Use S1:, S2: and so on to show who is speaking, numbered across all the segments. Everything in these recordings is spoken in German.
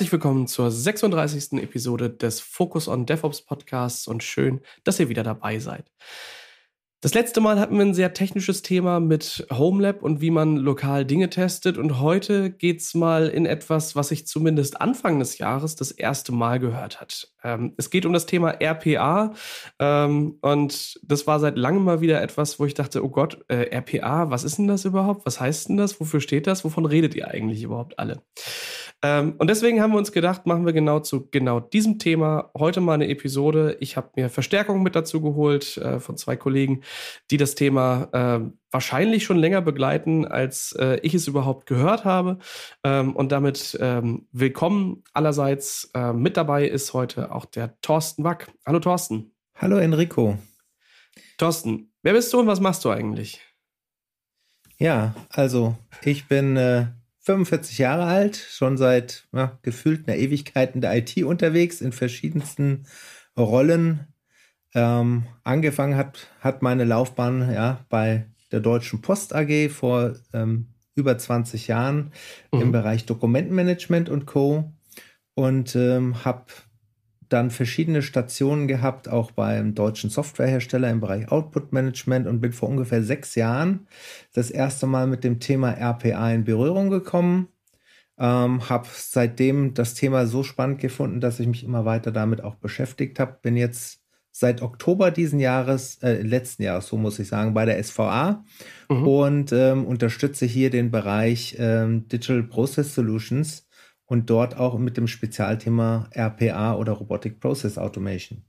S1: Herzlich willkommen zur 36. Episode des Focus on DevOps Podcasts und schön, dass ihr wieder dabei seid. Das letzte Mal hatten wir ein sehr technisches Thema mit HomeLab und wie man lokal Dinge testet und heute geht's mal in etwas, was ich zumindest Anfang des Jahres das erste Mal gehört hat. Es geht um das Thema RPA und das war seit langem mal wieder etwas, wo ich dachte, oh Gott, RPA, was ist denn das überhaupt? Was heißt denn das? Wofür steht das? Wovon redet ihr eigentlich überhaupt alle? Und deswegen haben wir uns gedacht, machen wir genau zu diesem Thema heute mal eine Episode. Ich habe mir Verstärkung mit dazu geholt von zwei Kollegen, die das Thema wahrscheinlich schon länger begleiten, als ich es überhaupt gehört habe. Und damit willkommen allerseits. Mit dabei ist heute auch der Thorsten Wack. Hallo Thorsten.
S2: Hallo Enrico.
S1: Thorsten, wer bist du und was machst du eigentlich?
S2: Ja, also ich bin 45 Jahre alt, schon seit gefühlt einer Ewigkeit in der IT unterwegs, in verschiedensten Rollen. Angefangen hat meine Laufbahn bei der Deutschen Post AG vor über 20 Jahren im Bereich Dokumentenmanagement und Co. Und habe dann verschiedene Stationen gehabt, auch beim deutschen Softwarehersteller im Bereich Output Management und bin vor ungefähr 6 Jahren das erste Mal mit dem Thema RPA in Berührung gekommen. Habe seitdem das Thema so spannend gefunden, dass ich mich immer weiter damit auch beschäftigt habe. Bin jetzt seit Oktober letzten Jahres, so muss ich sagen, bei der SVA und unterstütze hier den Bereich Digital Process Solutions und dort auch mit dem Spezialthema RPA oder Robotic Process Automation.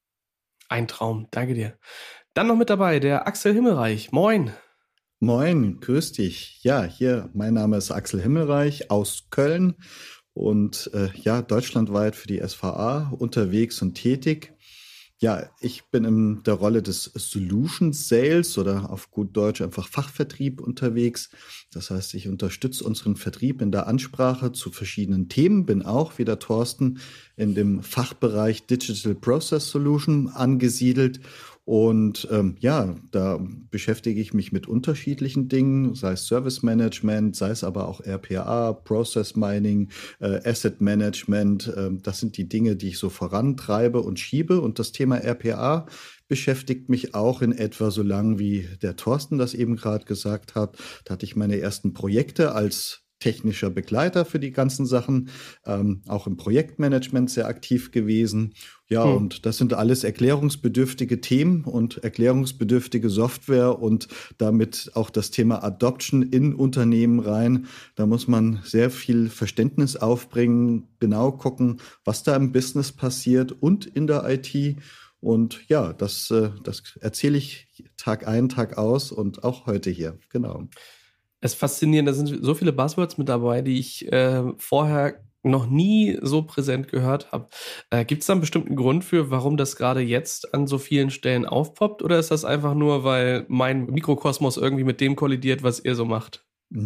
S1: Ein Traum, danke dir. Dann noch mit dabei der Axel Himmelreich. Moin.
S3: Moin, grüß dich. Ja, hier, mein Name ist Axel Himmelreich aus Köln und deutschlandweit für die SVA unterwegs und tätig. Ja, ich bin in der Rolle des Solution Sales oder auf gut Deutsch einfach Fachvertrieb unterwegs. Das heißt, ich unterstütze unseren Vertrieb in der Ansprache zu verschiedenen Themen, bin auch, wie der Thorsten, in dem Fachbereich Digital Process Solution angesiedelt. Und da beschäftige ich mich mit unterschiedlichen Dingen, sei es Service Management, sei es aber auch RPA, Process Mining, Asset Management. Das sind die Dinge, die ich so vorantreibe und schiebe. Und das Thema RPA beschäftigt mich auch in etwa so lang, wie der Thorsten das eben gerade gesagt hat. Da hatte ich meine ersten Projekte als technischer Begleiter für die ganzen Sachen, auch im Projektmanagement sehr aktiv gewesen. Ja, und das sind alles erklärungsbedürftige Themen und erklärungsbedürftige Software und damit auch das Thema Adoption in Unternehmen rein. Da muss man sehr viel Verständnis aufbringen, genau gucken, was da im Business passiert und in der IT. Und ja, das erzähle ich Tag ein, Tag aus und auch heute hier, genau.
S1: Es ist faszinierend, da sind so viele Buzzwords mit dabei, die ich vorher noch nie so präsent gehört habe. Gibt es da einen bestimmten Grund für, warum das gerade jetzt an so vielen Stellen aufpoppt? Oder ist das einfach nur, weil mein Mikrokosmos irgendwie mit dem kollidiert, was ihr so macht?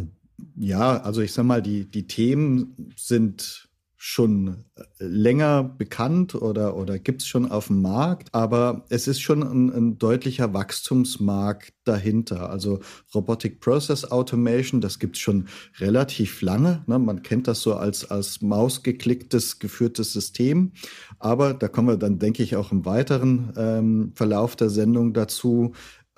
S3: Ja, also ich sag mal, die Themen sind schon länger bekannt oder gibt's schon auf dem Markt, aber es ist schon ein deutlicher Wachstumsmarkt dahinter. Also Robotic Process Automation, das gibt's schon relativ lange. Ne? Man kennt das so als mausgeklicktes, geführtes System. Aber da kommen wir dann, denke ich, auch im weiteren Verlauf der Sendung dazu.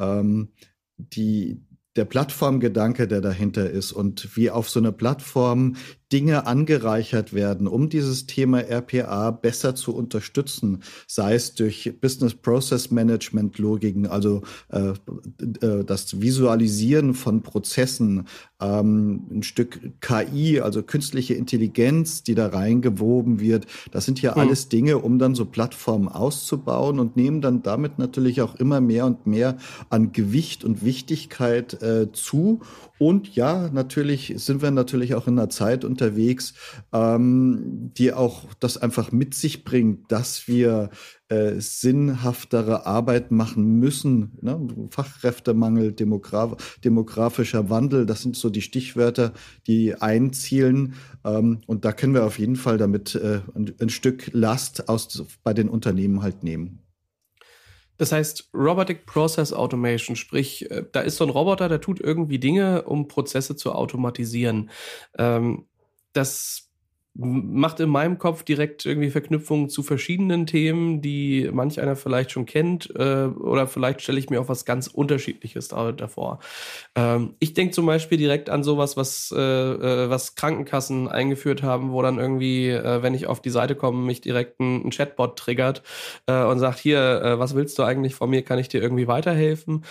S3: Der Plattformgedanke, der dahinter ist und wie auf so einer Plattform Dinge angereichert werden, um dieses Thema RPA besser zu unterstützen, sei es durch Business Process Management Logiken, also das Visualisieren von Prozessen, ein Stück KI, also künstliche Intelligenz, die da reingewoben wird. Das sind ja alles Dinge, um dann so Plattformen auszubauen und nehmen dann damit natürlich auch immer mehr und mehr an Gewicht und Wichtigkeit zu. Und ja, natürlich sind wir natürlich auch in einer Zeit unterwegs, die auch das einfach mit sich bringt, dass wir sinnhaftere Arbeit machen müssen. Ne? Fachkräftemangel, demografischer Wandel, das sind so die Stichwörter, die einzielen. Und da können wir auf jeden Fall damit ein Stück Last bei den Unternehmen halt nehmen.
S1: Das heißt, Robotic Process Automation, sprich, da ist so ein Roboter, der tut irgendwie Dinge, um Prozesse zu automatisieren. Das macht in meinem Kopf direkt irgendwie Verknüpfungen zu verschiedenen Themen, die manch einer vielleicht schon kennt, oder vielleicht stelle ich mir auch was ganz Unterschiedliches davor. Ich denke zum Beispiel direkt an sowas, was Krankenkassen eingeführt haben, wo dann irgendwie, wenn ich auf die Seite komme, mich direkt ein Chatbot triggert und sagt, hier, was willst du eigentlich von mir, kann ich dir irgendwie weiterhelfen?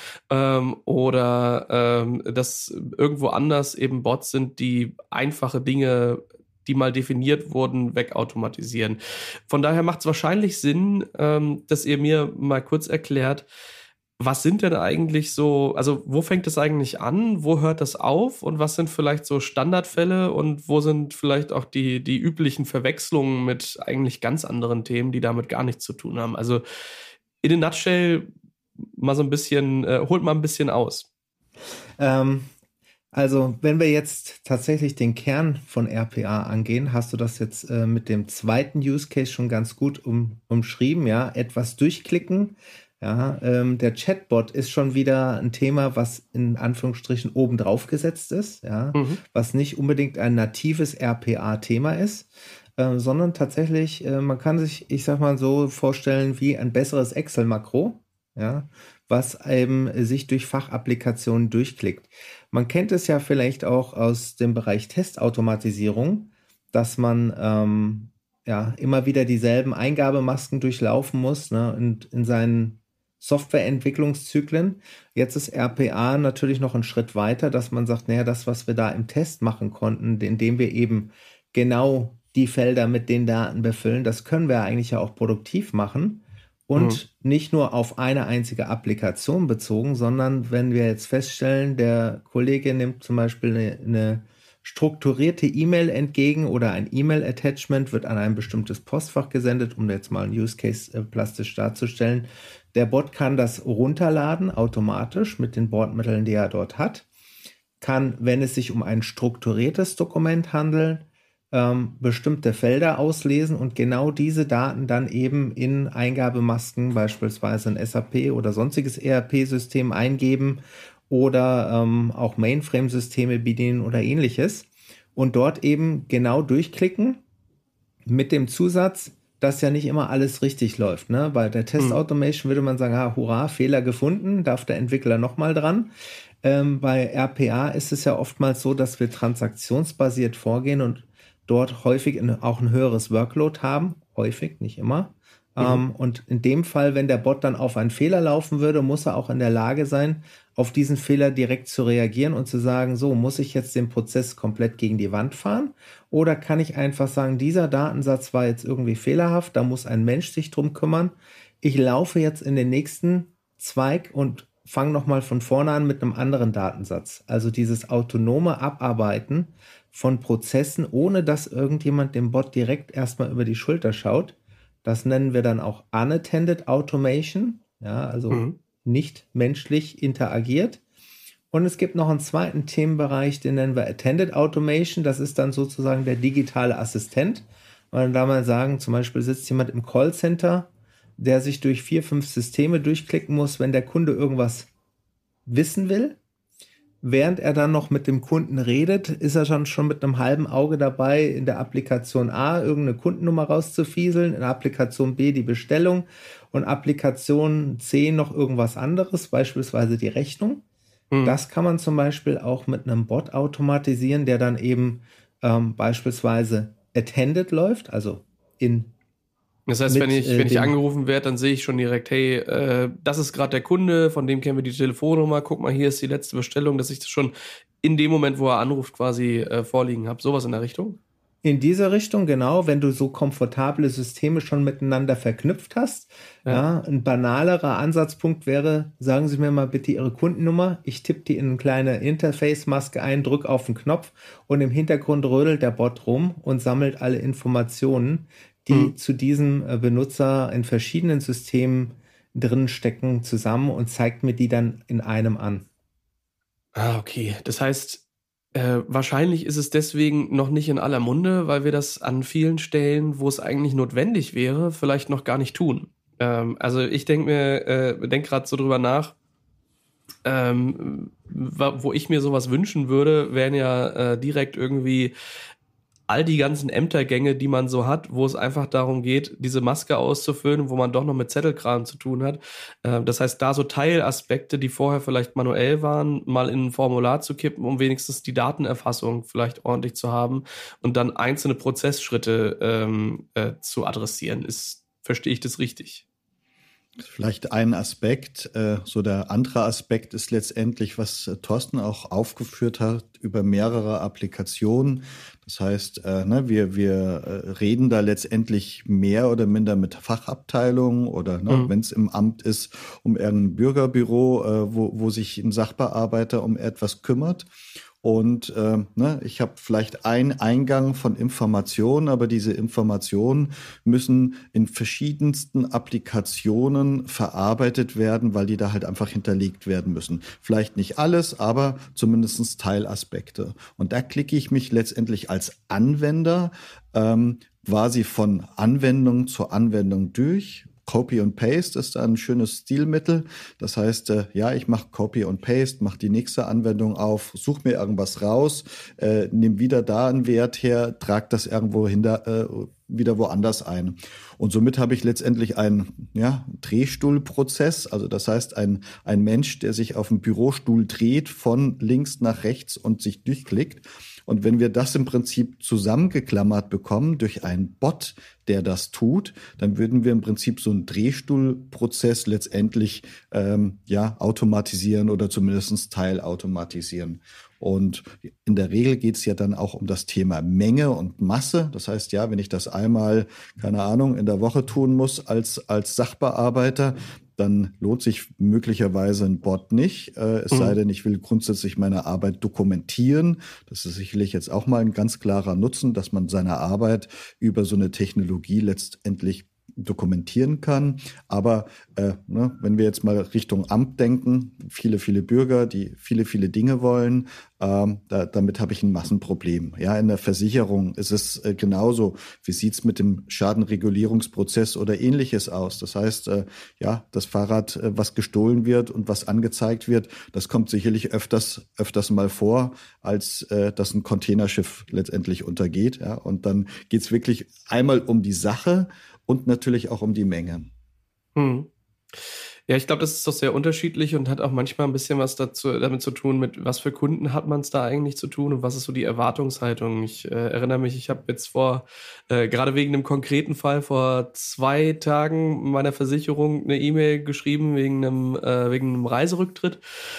S1: Oder dass irgendwo anders eben Bots sind, die einfache Dinge, die mal definiert wurden, wegautomatisieren. Von daher macht es wahrscheinlich Sinn, dass ihr mir mal kurz erklärt, was sind denn eigentlich so, also wo fängt es eigentlich an, wo hört das auf und was sind vielleicht so Standardfälle und wo sind vielleicht auch die üblichen Verwechslungen mit eigentlich ganz anderen Themen, die damit gar nichts zu tun haben. Also in a nutshell mal so ein bisschen, holt mal ein bisschen aus.
S2: Also, wenn wir jetzt tatsächlich den Kern von RPA angehen, hast du das jetzt mit dem zweiten Use Case schon ganz gut umschrieben, ja, etwas durchklicken. Ja, der Chatbot ist schon wieder ein Thema, was in Anführungsstrichen obendrauf gesetzt ist, ja, was nicht unbedingt ein natives RPA-Thema ist, sondern tatsächlich, man kann sich, ich sag mal so, vorstellen wie ein besseres Excel-Makro, ja, was eben sich durch Fachapplikationen durchklickt. Man kennt es ja vielleicht auch aus dem Bereich Testautomatisierung, dass man immer wieder dieselben Eingabemasken durchlaufen muss, ne, und in seinen Softwareentwicklungszyklen. Jetzt ist RPA natürlich noch einen Schritt weiter, dass man sagt, naja, das, was wir da im Test machen konnten, indem wir eben genau die Felder mit den Daten befüllen, das können wir eigentlich ja auch produktiv machen. Und nicht nur auf eine einzige Applikation bezogen, sondern wenn wir jetzt feststellen, der Kollege nimmt zum Beispiel eine strukturierte E-Mail entgegen oder ein E-Mail-Attachment wird an ein bestimmtes Postfach gesendet, um jetzt mal einen Use Case plastisch darzustellen. Der Bot kann das runterladen automatisch mit den Bordmitteln, die er dort hat, kann, wenn es sich um ein strukturiertes Dokument handelt, bestimmte Felder auslesen und genau diese Daten dann eben in Eingabemasken, beispielsweise ein SAP oder sonstiges ERP-System eingeben oder auch Mainframe-Systeme bedienen oder ähnliches und dort eben genau durchklicken mit dem Zusatz, dass ja nicht immer alles richtig läuft. Ne? Bei der Test-Automation würde man sagen, hurra, Fehler gefunden, darf der Entwickler nochmal dran. Bei RPA ist es ja oftmals so, dass wir transaktionsbasiert vorgehen und dort häufig auch ein höheres Workload haben. Häufig, nicht immer. Und in dem Fall, wenn der Bot dann auf einen Fehler laufen würde, muss er auch in der Lage sein, auf diesen Fehler direkt zu reagieren und zu sagen, so, muss ich jetzt den Prozess komplett gegen die Wand fahren? Oder kann ich einfach sagen, dieser Datensatz war jetzt irgendwie fehlerhaft, da muss ein Mensch sich drum kümmern. Ich laufe jetzt in den nächsten Zweig und fange nochmal von vorne an mit einem anderen Datensatz. Also dieses autonome Abarbeiten von Prozessen, ohne dass irgendjemand dem Bot direkt erstmal über die Schulter schaut. Das nennen wir dann auch Unattended Automation, ja, also nicht menschlich interagiert. Und es gibt noch einen zweiten Themenbereich, den nennen wir Attended Automation. Das ist dann sozusagen der digitale Assistent. Und da mal sagen, zum Beispiel sitzt jemand im Callcenter, der sich durch 4, 5 Systeme durchklicken muss, wenn der Kunde irgendwas wissen will. Während er dann noch mit dem Kunden redet, ist er schon mit einem halben Auge dabei, in der Applikation A irgendeine Kundennummer rauszufieseln, in der Applikation B die Bestellung und Applikation C noch irgendwas anderes, beispielsweise die Rechnung. Das kann man zum Beispiel auch mit einem Bot automatisieren, der dann eben beispielsweise attended läuft, also
S1: Das heißt, wenn ich angerufen werde, dann sehe ich schon direkt, hey, das ist gerade der Kunde, von dem kennen wir die Telefonnummer, guck mal, hier ist die letzte Bestellung, dass ich das schon in dem Moment, wo er anruft, quasi vorliegen habe. Sowas in der Richtung?
S2: In diese Richtung, genau, wenn du so komfortable Systeme schon miteinander verknüpft hast. Ja, ein banalerer Ansatzpunkt wäre, sagen Sie mir mal bitte Ihre Kundennummer. Ich tippe die in eine kleine Interface-Maske ein, drücke auf den Knopf und im Hintergrund rödelt der Bot rum und sammelt alle Informationen, die zu diesem Benutzer in verschiedenen Systemen drin stecken, zusammen und zeigt mir die dann in einem an.
S1: Ah, okay. Das heißt, wahrscheinlich ist es deswegen noch nicht in aller Munde, weil wir das an vielen Stellen, wo es eigentlich notwendig wäre, vielleicht noch gar nicht tun. Also ich denke gerade so drüber nach, wo ich mir sowas wünschen würde, wären ja direkt irgendwie all die ganzen Ämtergänge, die man so hat, wo es einfach darum geht, diese Maske auszufüllen, wo man doch noch mit Zettelkram zu tun hat. Das heißt, da so Teilaspekte, die vorher vielleicht manuell waren, mal in ein Formular zu kippen, um wenigstens die Datenerfassung vielleicht ordentlich zu haben und dann einzelne Prozessschritte zu adressieren. Verstehe ich das richtig?
S3: Vielleicht ein Aspekt, so der andere Aspekt ist letztendlich, was Thorsten auch aufgeführt hat, über mehrere Applikationen. Das heißt, wir reden da letztendlich mehr oder minder mit Fachabteilungen oder wenn es im Amt ist, um irgendein Bürgerbüro, wo sich ein Sachbearbeiter um etwas kümmert. Und ich habe vielleicht einen Eingang von Informationen, aber diese Informationen müssen in verschiedensten Applikationen verarbeitet werden, weil die da halt einfach hinterlegt werden müssen. Vielleicht nicht alles, aber zumindest Teilaspekte. Und da klicke ich mich letztendlich als Anwender quasi von Anwendung zu Anwendung durch. Copy und Paste ist ein schönes Stilmittel. Das heißt, ich mache Copy und Paste, mache die nächste Anwendung auf, suche mir irgendwas raus, nehme wieder da einen Wert her, trage das irgendwo wieder woanders ein. Und somit habe ich letztendlich einen Drehstuhlprozess. Also das heißt, ein Mensch, der sich auf dem Bürostuhl dreht, von links nach rechts und sich durchklickt. Und wenn wir das im Prinzip zusammengeklammert bekommen durch einen Bot, der das tut, dann würden wir im Prinzip so einen Drehstuhlprozess letztendlich automatisieren oder zumindest teilautomatisieren. Und in der Regel geht es ja dann auch um das Thema Menge und Masse. Das heißt, wenn ich das einmal, keine Ahnung, in der Woche tun muss als Sachbearbeiter, dann lohnt sich möglicherweise ein Bot nicht. Es sei denn, ich will grundsätzlich meine Arbeit dokumentieren. Das ist sicherlich jetzt auch mal ein ganz klarer Nutzen, dass man seine Arbeit über so eine Technologie letztendlich dokumentieren kann. Aber wenn wir jetzt mal Richtung Amt denken, viele Bürger, die viele Dinge wollen, damit habe ich ein Massenproblem. Ja, in der Versicherung ist es genauso. Wie sieht's mit dem Schadenregulierungsprozess oder Ähnliches aus? Das heißt, das Fahrrad, was gestohlen wird und was angezeigt wird, das kommt sicherlich öfters mal vor, als dass ein Containerschiff letztendlich untergeht. Ja, und dann geht's wirklich einmal um die Sache und natürlich auch um die Menge.
S1: Ja, ich glaube, das ist doch sehr unterschiedlich und hat auch manchmal ein bisschen was damit zu tun, mit was für Kunden hat man es da eigentlich zu tun und was ist so die Erwartungshaltung. Ich erinnere mich, ich habe jetzt gerade wegen einem konkreten Fall vor 2 Tagen meiner Versicherung eine E-Mail geschrieben wegen einem Reiserücktritt.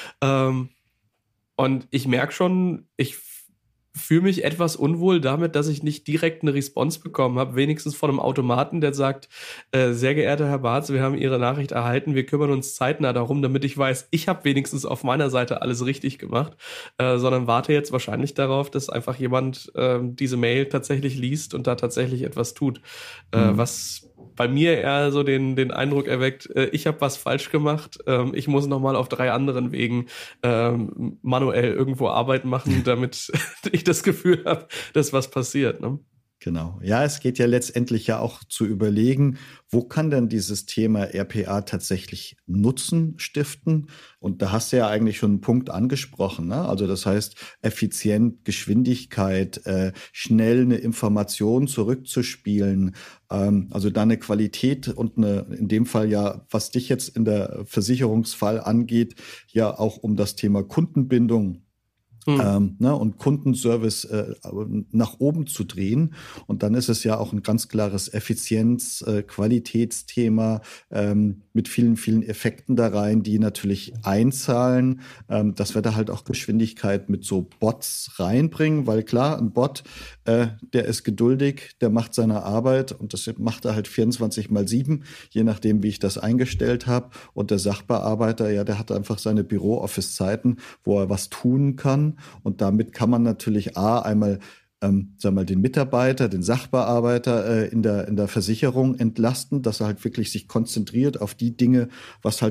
S1: Und ich merke schon, ich fühle mich etwas unwohl damit, dass ich nicht direkt eine Response bekommen habe, wenigstens von einem Automaten, der sagt, sehr geehrter Herr Barz, wir haben Ihre Nachricht erhalten, wir kümmern uns zeitnah darum, damit ich weiß, ich habe wenigstens auf meiner Seite alles richtig gemacht, sondern warte jetzt wahrscheinlich darauf, dass einfach jemand diese Mail tatsächlich liest und da tatsächlich etwas tut, was bei mir eher so den Eindruck erweckt, ich habe was falsch gemacht, ich muss nochmal auf 3 anderen Wegen manuell irgendwo Arbeit machen, damit ich das Gefühl habe, dass was passiert. Ne?
S3: Genau. Ja, es geht ja letztendlich ja auch zu überlegen, wo kann denn dieses Thema RPA tatsächlich Nutzen stiften? Und da hast du ja eigentlich schon einen Punkt angesprochen, ne? Also das heißt, effizient, Geschwindigkeit, schnell eine Information zurückzuspielen, also da eine Qualität und in dem Fall ja, was dich jetzt in der Versicherungsfall angeht, ja auch um das Thema Kundenbindung und Kundenservice nach oben zu drehen. Und dann ist es ja auch ein ganz klares Qualitätsthema mit vielen Effekten da rein, die natürlich einzahlen, dass wir da halt auch Geschwindigkeit mit so Bots reinbringen, weil klar, ein Bot, der ist geduldig, der macht seine Arbeit und das macht er halt 24/7, je nachdem, wie ich das eingestellt habe. Und der Sachbearbeiter, der hat einfach seine Büro-Office-Zeiten, wo er was tun kann. Und damit kann man natürlich einmal den Mitarbeiter, den Sachbearbeiter in der Versicherung entlasten, dass er halt wirklich sich konzentriert auf die Dinge, was halt ein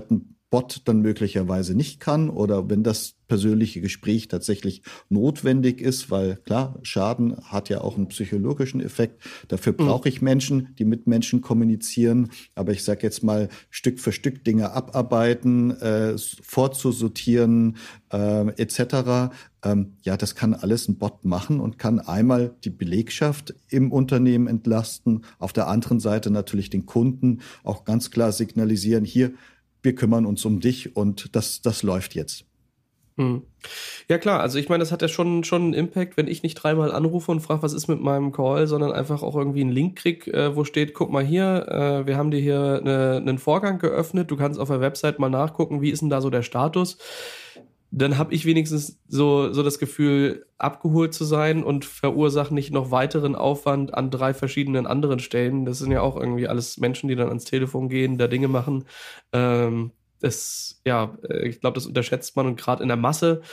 S3: Bot dann möglicherweise nicht kann oder wenn das persönliche Gespräch tatsächlich notwendig ist, weil klar, Schaden hat ja auch einen psychologischen Effekt. Dafür brauche ich Menschen, die mit Menschen kommunizieren. Aber ich sage jetzt mal, Stück für Stück Dinge abarbeiten, vorzusortieren etc. Ja, das kann alles ein Bot machen und kann einmal die Belegschaft im Unternehmen entlasten, auf der anderen Seite natürlich den Kunden auch ganz klar signalisieren, hier, wir kümmern uns um dich und das läuft jetzt.
S1: Ja klar, also ich meine, das hat ja schon einen Impact, wenn ich nicht dreimal anrufe und frage, was ist mit meinem Call, sondern einfach auch irgendwie einen Link krieg, wo steht, guck mal hier, wir haben dir hier einen Vorgang geöffnet, du kannst auf der Website mal nachgucken, wie ist denn da so der Status. Dann habe ich wenigstens so das Gefühl, abgeholt zu sein und verursache nicht noch weiteren Aufwand an 3 verschiedenen anderen Stellen. Das sind ja auch irgendwie alles Menschen, die dann ans Telefon gehen, da Dinge machen. Ich glaube, das unterschätzt man und gerade in der Masse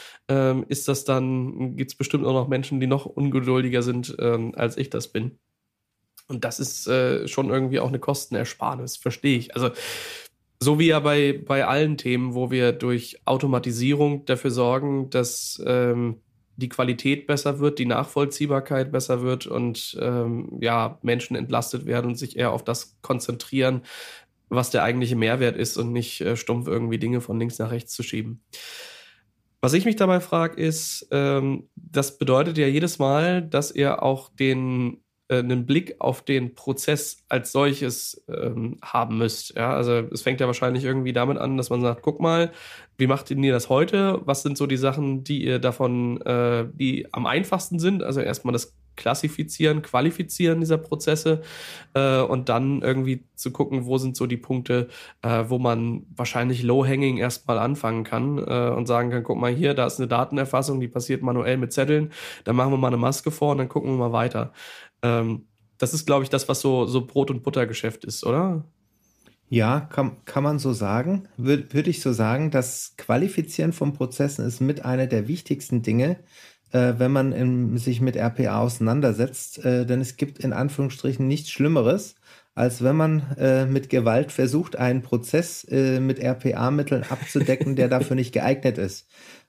S1: gibt's bestimmt auch noch Menschen, die noch ungeduldiger sind, als ich das bin. Und das ist schon irgendwie auch eine Kostenersparnis, verstehe ich. Also so wie ja bei allen Themen, wo wir durch Automatisierung dafür sorgen, dass die Qualität besser wird, die Nachvollziehbarkeit besser wird und Menschen entlastet werden und sich eher auf das konzentrieren, was der eigentliche Mehrwert ist und nicht stumpf irgendwie Dinge von links nach rechts zu schieben. Was ich mich dabei frage, ist, das bedeutet ja jedes Mal, dass ihr auch einen Blick auf den Prozess als solches haben müsst. Ja? Also es fängt ja wahrscheinlich irgendwie damit an, dass man sagt, guck mal, wie macht ihr das heute? Was sind so die Sachen, die ihr davon, die am einfachsten sind? Also erstmal das Klassifizieren, Qualifizieren dieser Prozesse und dann irgendwie zu gucken, wo sind so die Punkte, wo man wahrscheinlich low-hanging erstmal anfangen kann und sagen kann, guck mal hier, da ist eine Datenerfassung, die passiert manuell mit Zetteln, dann machen wir mal eine Maske vor und dann gucken wir mal weiter. Das ist, glaube ich, das, was so Brot- und Buttergeschäft ist, oder?
S2: Ja, kann man so sagen. Würde ich so sagen, das Qualifizieren von Prozessen ist mit einer der wichtigsten Dinge, wenn man sich mit RPA auseinandersetzt. Denn es gibt in Anführungsstrichen nichts Schlimmeres, als wenn man mit Gewalt versucht, einen Prozess mit RPA-Mitteln abzudecken, der dafür nicht geeignet ist.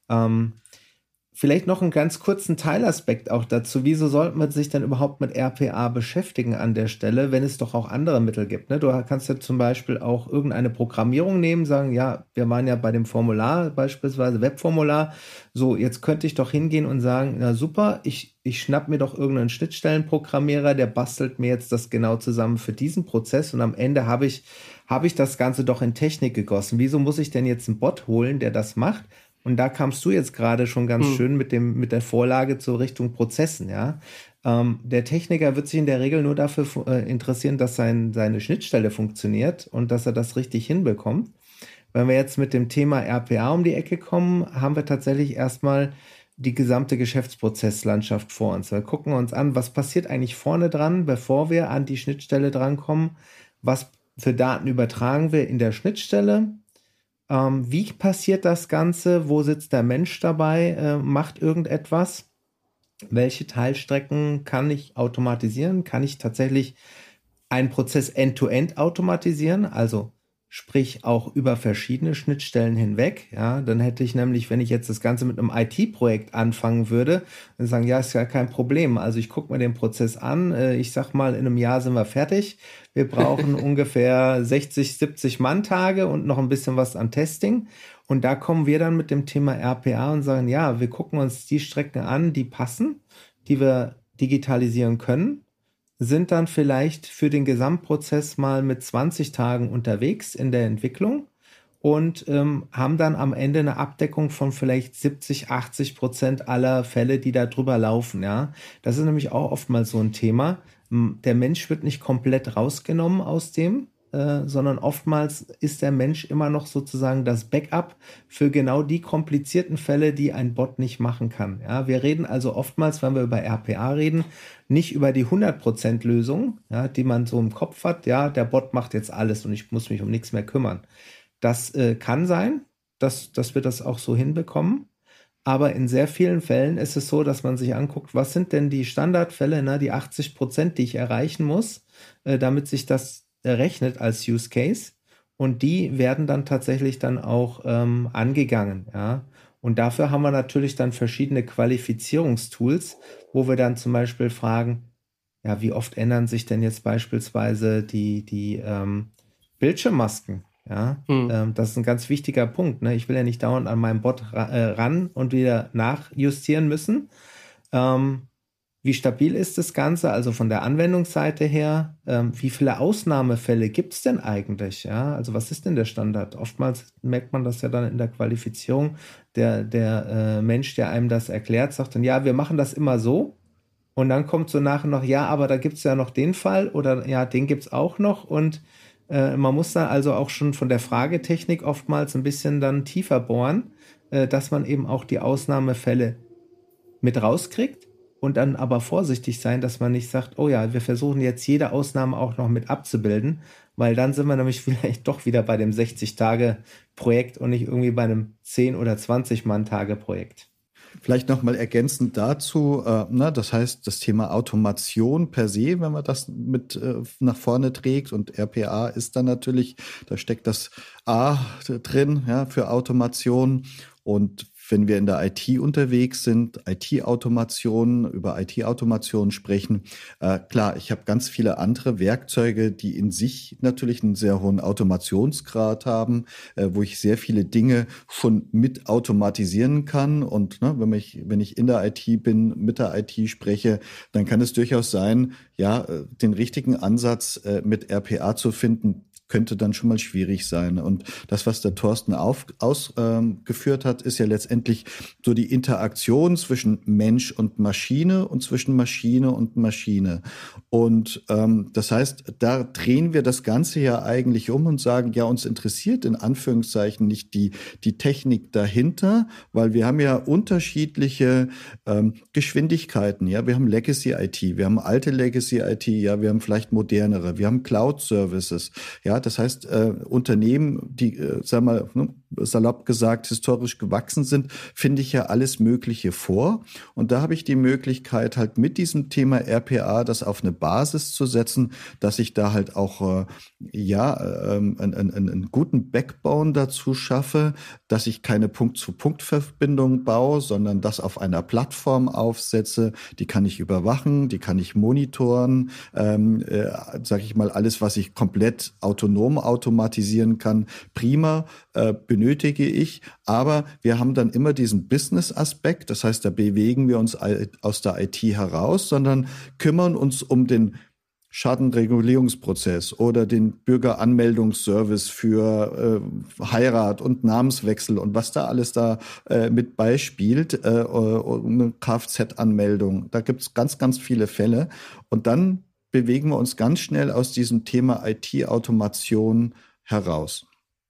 S2: Vielleicht noch einen ganz kurzen Teilaspekt auch dazu. Wieso sollte man sich dann überhaupt mit RPA beschäftigen an der Stelle, wenn es doch auch andere Mittel gibt? Ne? Du kannst ja zum Beispiel auch irgendeine Programmierung nehmen, sagen, ja, wir waren ja bei dem Formular, beispielsweise Webformular. So, jetzt könnte ich doch hingehen und sagen, na super, ich schnapp mir doch irgendeinen Schnittstellenprogrammierer, der bastelt mir jetzt das genau zusammen für diesen Prozess und am Ende habe ich das Ganze doch in Technik gegossen. Wieso muss ich denn jetzt einen Bot holen, der das macht? Und da kamst du jetzt gerade schon ganz schön mit der Vorlage zur Richtung Prozessen, ja. Der Techniker wird sich in der Regel nur dafür interessieren, dass seine Schnittstelle funktioniert und dass er das richtig hinbekommt. Wenn wir jetzt mit dem Thema RPA um die Ecke kommen, haben wir tatsächlich erstmal die gesamte Geschäftsprozesslandschaft vor uns. Wir gucken uns an, was passiert eigentlich vorne dran, bevor wir an die Schnittstelle drankommen, was für Daten übertragen wir in der Schnittstelle. Wie passiert das Ganze? Wo sitzt der Mensch dabei? Macht irgendetwas? Welche Teilstrecken kann ich automatisieren? Kann ich tatsächlich einen Prozess end-to-end automatisieren? Also sprich auch über verschiedene Schnittstellen hinweg. Ja, dann hätte ich nämlich, wenn ich jetzt das Ganze mit einem IT-Projekt anfangen würde, dann sagen, ja, ist ja kein Problem. Also ich gucke mir den Prozess an. Ich sag mal, in einem Jahr sind wir fertig. Wir brauchen ungefähr 60, 70 Manntage und noch ein bisschen was an Testing. Und da kommen wir dann mit dem Thema RPA und sagen, ja, wir gucken uns die Strecken an, die passen, die wir digitalisieren können, sind dann vielleicht für den Gesamtprozess mal mit 20 Tagen unterwegs in der Entwicklung und haben dann am Ende eine Abdeckung von vielleicht 70-80% aller Fälle, die da drüber laufen. Ja, das ist nämlich auch oftmals so ein Thema. Der Mensch wird nicht komplett rausgenommen aus dem, sondern oftmals ist der Mensch immer noch sozusagen das Backup für genau die komplizierten Fälle, die ein Bot nicht machen kann. Ja, wir reden also oftmals, wenn wir über RPA reden, nicht über die 100% Lösung, ja, die man so im Kopf hat. Ja, der Bot macht jetzt alles und ich muss mich um nichts mehr kümmern. Das kann sein, dass wir das auch so hinbekommen. Aber in sehr vielen Fällen ist es so, dass man sich anguckt, was sind denn die Standardfälle, ne, die 80%, die ich erreichen muss, damit sich das rechnet als Use Case. und die werden dann tatsächlich dann auch angegangen, ja. Und dafür haben wir natürlich dann verschiedene Qualifizierungstools, wo wir dann zum Beispiel fragen, ja, wie oft ändern sich denn jetzt beispielsweise die Bildschirmmasken? Ja, das ist ein ganz wichtiger Punkt. Ne? Ich will ja nicht dauernd an meinem Bot ran und wieder nachjustieren müssen. Wie stabil ist das Ganze? Also von der Anwendungsseite her, wie viele Ausnahmefälle gibt es denn eigentlich? Ja, also was ist denn der Standard? Oftmals merkt man das ja dann in der Qualifizierung. Der Mensch, der einem das erklärt, sagt dann, ja, wir machen das immer so. Und dann kommt so nachher noch, ja, aber da gibt es ja noch den Fall oder ja, den gibt es auch noch. Und man muss dann also auch schon von der Fragetechnik oftmals ein bisschen dann tiefer bohren, dass man eben auch die Ausnahmefälle mit rauskriegt und dann aber vorsichtig sein, dass man nicht sagt, oh ja, wir versuchen jetzt jede Ausnahme auch noch mit abzubilden, weil dann sind wir nämlich vielleicht doch wieder bei dem 60-Tage-Projekt und nicht irgendwie bei einem 10- oder 20-Mann-Tage-Projekt.
S3: Vielleicht nochmal ergänzend dazu, das heißt, das Thema Automation per se, wenn man das mit nach vorne trägt und RPA ist dann natürlich, da steckt das A drin, ja, für Automation. Und wenn wir in der IT unterwegs sind, IT-Automation, über IT-Automation sprechen, klar, ich habe ganz viele andere Werkzeuge, die in sich natürlich einen sehr hohen Automationsgrad haben, wo ich sehr viele Dinge schon mit automatisieren kann. Und wenn ich in der IT bin, mit der IT spreche, dann kann es durchaus sein, ja, den richtigen Ansatz mit RPA zu finden, könnte dann schon mal schwierig sein. Und das, was der Thorsten ausgeführt hat, ist ja letztendlich so die Interaktion zwischen Mensch und Maschine und zwischen Maschine und Maschine. Und das heißt, da drehen wir das Ganze ja eigentlich um und sagen, ja, uns interessiert in Anführungszeichen nicht die Technik dahinter, weil wir haben ja unterschiedliche Geschwindigkeiten. Ja, wir haben Legacy IT, wir haben alte Legacy IT, ja, wir haben vielleicht modernere, wir haben Cloud Services, ja. Das heißt, Unternehmen, die, salopp gesagt, historisch gewachsen sind, finde ich ja alles Mögliche vor. Und da habe ich die Möglichkeit, halt mit diesem Thema RPA das auf eine Basis zu setzen, dass ich da halt auch, einen guten Backbone dazu schaffe, dass ich keine Punkt-zu-Punkt-Verbindung baue, sondern das auf einer Plattform aufsetze. Die kann ich überwachen, die kann ich monitoren, sage ich mal, alles, was ich komplett autonom automatisieren kann, prima, benötige ich. Aber wir haben dann immer diesen Business-Aspekt, das heißt, da bewegen wir uns aus der IT heraus, sondern kümmern uns um den Schadenregulierungsprozess oder den Bürgeranmeldungsservice für Heirat und Namenswechsel und was da alles da mit beispielt, eine Kfz-Anmeldung. Da gibt es ganz, ganz viele Fälle. Und dann bewegen wir uns ganz schnell aus diesem Thema IT-Automation heraus.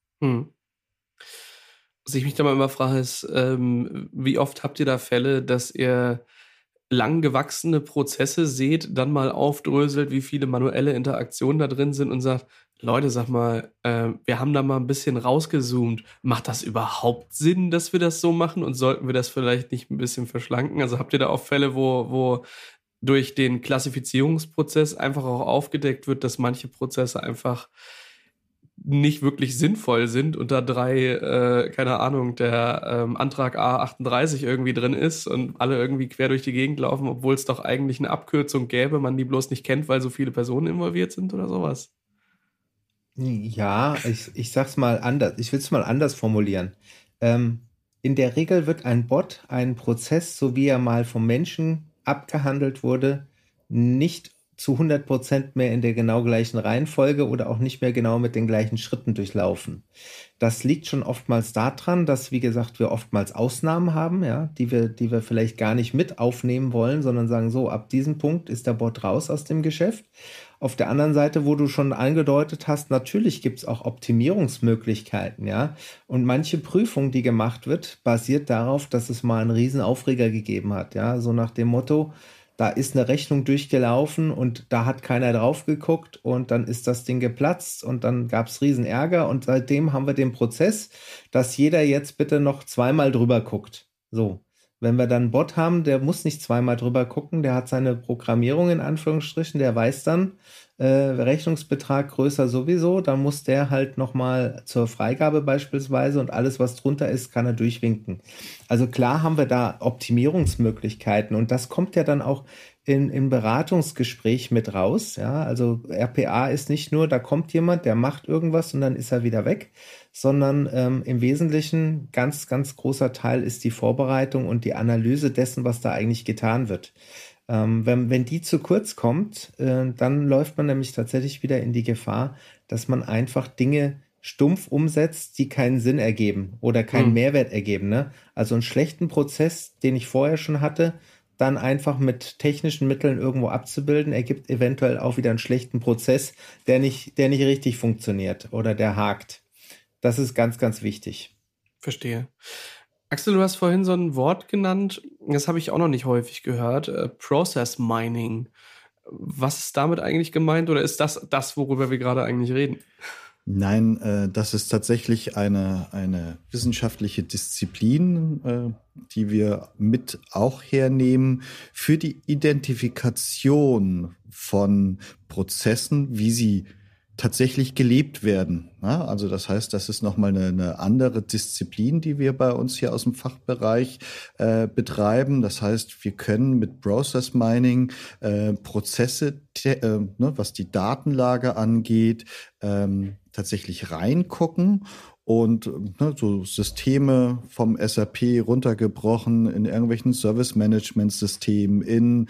S1: Was ich mich da mal immer frage, ist, wie oft habt ihr da Fälle, dass ihr lang gewachsene Prozesse seht, dann mal aufdröselt, wie viele manuelle Interaktionen da drin sind und sagt, Leute, sag mal, wir haben da mal ein bisschen rausgezoomt. Macht das überhaupt Sinn, dass wir das so machen und sollten wir das vielleicht nicht ein bisschen verschlanken? Also habt ihr da auch Fälle, wo durch den Klassifizierungsprozess einfach auch aufgedeckt wird, dass manche Prozesse einfach nicht wirklich sinnvoll sind und da keine Ahnung, der Antrag A38 irgendwie drin ist und alle irgendwie quer durch die Gegend laufen, obwohl es doch eigentlich eine Abkürzung gäbe, man die bloß nicht kennt, weil so viele Personen involviert sind oder sowas?
S2: Ja, ich sag's mal anders, ich will es mal anders formulieren. In der Regel wird ein Bot, ein Prozess, so wie er mal vom Menschen abgehandelt wurde, nicht zu 100% mehr in der genau gleichen Reihenfolge oder auch nicht mehr genau mit den gleichen Schritten durchlaufen. Das liegt schon oftmals daran, dass, wie gesagt, wir oftmals Ausnahmen haben, ja, die wir vielleicht gar nicht mit aufnehmen wollen, sondern sagen, so, ab diesem Punkt ist der Bot raus aus dem Geschäft. Auf der anderen Seite, wo du schon angedeutet hast, natürlich gibt es auch Optimierungsmöglichkeiten, ja. Und manche Prüfung, die gemacht wird, basiert darauf, dass es mal einen riesen Aufreger gegeben hat, ja. So nach dem Motto, da ist eine Rechnung durchgelaufen und da hat keiner drauf geguckt und dann ist das Ding geplatzt und dann gab es riesen Ärger und seitdem haben wir den Prozess, dass jeder jetzt bitte noch zweimal drüber guckt. So. Wenn wir dann einen Bot haben, der muss nicht zweimal drüber gucken, der hat seine Programmierung in Anführungsstrichen, der weiß dann, Rechnungsbetrag größer sowieso, dann muss der halt nochmal zur Freigabe beispielsweise und alles, was drunter ist, kann er durchwinken. Also klar haben wir da Optimierungsmöglichkeiten und das kommt ja dann auch im Beratungsgespräch mit raus. Ja, also RPA ist nicht nur, da kommt jemand, der macht irgendwas und dann ist er wieder weg, sondern im Wesentlichen ganz, ganz großer Teil ist die Vorbereitung und die Analyse dessen, was da eigentlich getan wird. Wenn die zu kurz kommt, dann läuft man nämlich tatsächlich wieder in die Gefahr, dass man einfach Dinge stumpf umsetzt, die keinen Sinn ergeben oder keinen Mehrwert ergeben. Ne? Also einen schlechten Prozess, den ich vorher schon hatte, dann einfach mit technischen Mitteln irgendwo abzubilden, ergibt eventuell auch wieder einen schlechten Prozess, der nicht richtig funktioniert oder der hakt. Das ist ganz, ganz wichtig.
S1: Verstehe. Axel, du hast vorhin so ein Wort genannt, das habe ich auch noch nicht häufig gehört, Process Mining. Was ist damit eigentlich gemeint oder ist das, worüber wir gerade eigentlich reden?
S3: Nein, das ist tatsächlich eine wissenschaftliche Disziplin, die wir mit auch hernehmen für die Identifikation von Prozessen, wie sie tatsächlich gelebt werden. Ja, also das heißt, das ist nochmal eine andere Disziplin, die wir bei uns hier aus dem Fachbereich betreiben. Das heißt, wir können mit Process Mining Prozesse, was die Datenlage angeht, tatsächlich reingucken und so Systeme vom SAP runtergebrochen in irgendwelchen Service-Management-Systemen, in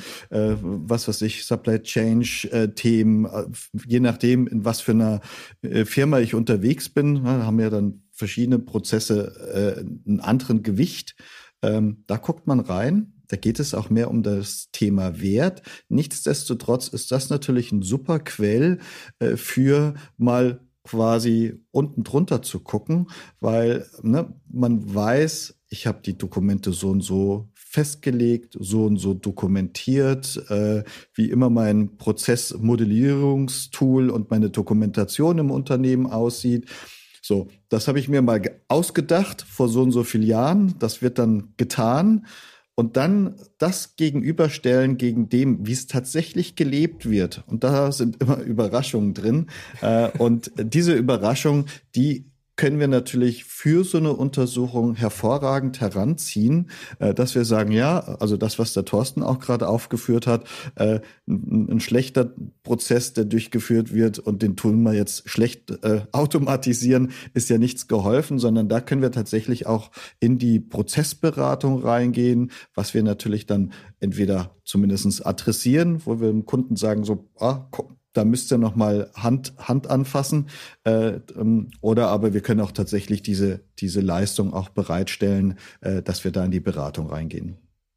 S3: Supply Change-Themen, je nachdem, in was für einer Firma ich unterwegs bin, haben ja dann verschiedene Prozesse einen anderen Gewicht. Da guckt man rein. Da geht es auch mehr um das Thema Wert. Nichtsdestotrotz ist das natürlich ein super Quell für mal quasi unten drunter zu gucken, weil man weiß, ich habe die Dokumente so und so festgelegt, so und so dokumentiert, wie immer mein Prozessmodellierungstool und meine Dokumentation im Unternehmen aussieht. So, das habe ich mir mal ausgedacht vor so und so vielen Jahren. Das wird dann getan. Und dann das gegenüberstellen gegen dem, wie es tatsächlich gelebt wird. Und da sind immer Überraschungen drin. Und diese Überraschung, die können wir natürlich für so eine Untersuchung hervorragend heranziehen, dass wir sagen, ja, also das, was der Thorsten auch gerade aufgeführt hat, ein schlechter Prozess, der durchgeführt wird und den tun wir jetzt schlecht automatisieren, ist ja nichts geholfen, sondern da können wir tatsächlich auch in die Prozessberatung reingehen, was wir natürlich dann entweder zumindest adressieren, wo wir dem Kunden sagen, so, da müsst ihr noch mal Hand anfassen, oder aber wir können auch tatsächlich diese Leistung auch bereitstellen, dass wir da in die Beratung reingehen.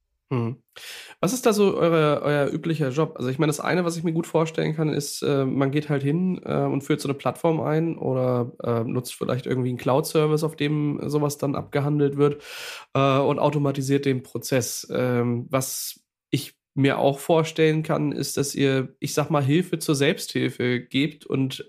S1: Was ist da so euer üblicher Job? Also ich meine, das eine, was ich mir gut vorstellen kann, ist, man geht halt hin und führt so eine Plattform ein oder nutzt vielleicht irgendwie einen Cloud-Service, auf dem sowas dann abgehandelt wird und automatisiert den Prozess. Was ich mir auch vorstellen kann, ist, dass ihr, ich sag mal, Hilfe zur Selbsthilfe gebt und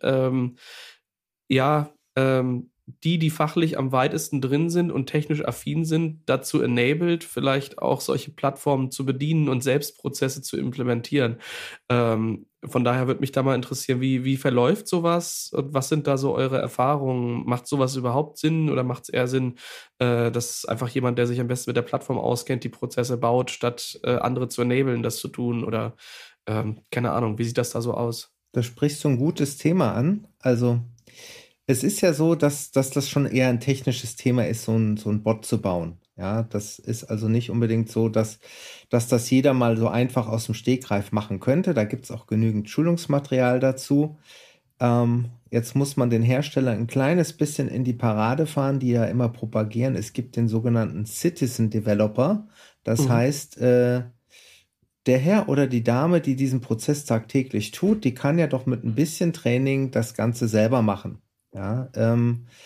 S1: die fachlich am weitesten drin sind und technisch affin sind, dazu enabled, vielleicht auch solche Plattformen zu bedienen und Selbstprozesse zu implementieren. Von daher würde mich da mal interessieren, wie verläuft sowas und was sind da so eure Erfahrungen? Macht sowas überhaupt Sinn oder macht es eher Sinn, dass einfach jemand, der sich am besten mit der Plattform auskennt, die Prozesse baut, statt andere zu enablen, das zu tun? Oder keine Ahnung, wie sieht das da so aus?
S2: Da sprichst du ein gutes Thema an. Also es ist ja so, dass das schon eher ein technisches Thema ist, so ein Bot zu bauen. Ja, das ist also nicht unbedingt so, dass das jeder mal so einfach aus dem Stegreif machen könnte. Da gibt es auch genügend Schulungsmaterial dazu. Jetzt muss man den Hersteller ein kleines bisschen in die Parade fahren, die ja immer propagieren. Es gibt den sogenannten Citizen Developer. Das heißt, der Herr oder die Dame, die diesen Prozess tagtäglich tut, die kann ja doch mit ein bisschen Training das Ganze selber machen. Ja,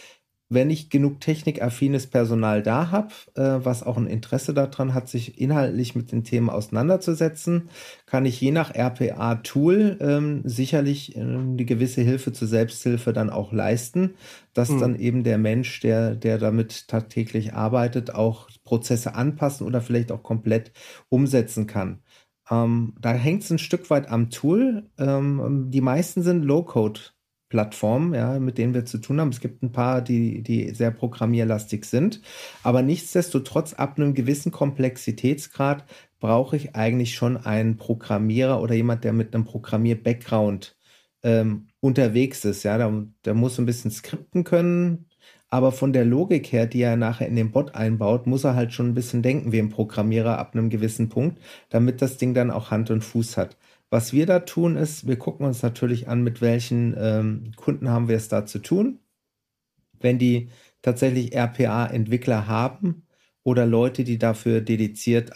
S2: wenn ich genug technikaffines Personal da habe, was auch ein Interesse daran hat, sich inhaltlich mit den Themen auseinanderzusetzen, kann ich je nach RPA-Tool sicherlich eine gewisse Hilfe zur Selbsthilfe dann auch leisten, dass dann eben der Mensch, der damit tagtäglich arbeitet, auch Prozesse anpassen oder vielleicht auch komplett umsetzen kann. Da hängt es ein Stück weit am Tool. Die meisten sind Low-Code-Plattformen, ja, mit denen wir zu tun haben. Es gibt ein paar, die sehr programmierlastig sind. Aber nichtsdestotrotz, ab einem gewissen Komplexitätsgrad brauche ich eigentlich schon einen Programmierer oder jemand, der mit einem Programmier-Background unterwegs ist. Ja, der muss ein bisschen skripten können. Aber von der Logik her, die er nachher in den Bot einbaut, muss er halt schon ein bisschen denken wie ein Programmierer ab einem gewissen Punkt, damit das Ding dann auch Hand und Fuß hat. Was wir da tun ist, wir gucken uns natürlich an, mit welchen Kunden haben wir es da zu tun. Wenn die tatsächlich RPA-Entwickler haben oder Leute, die dafür dediziert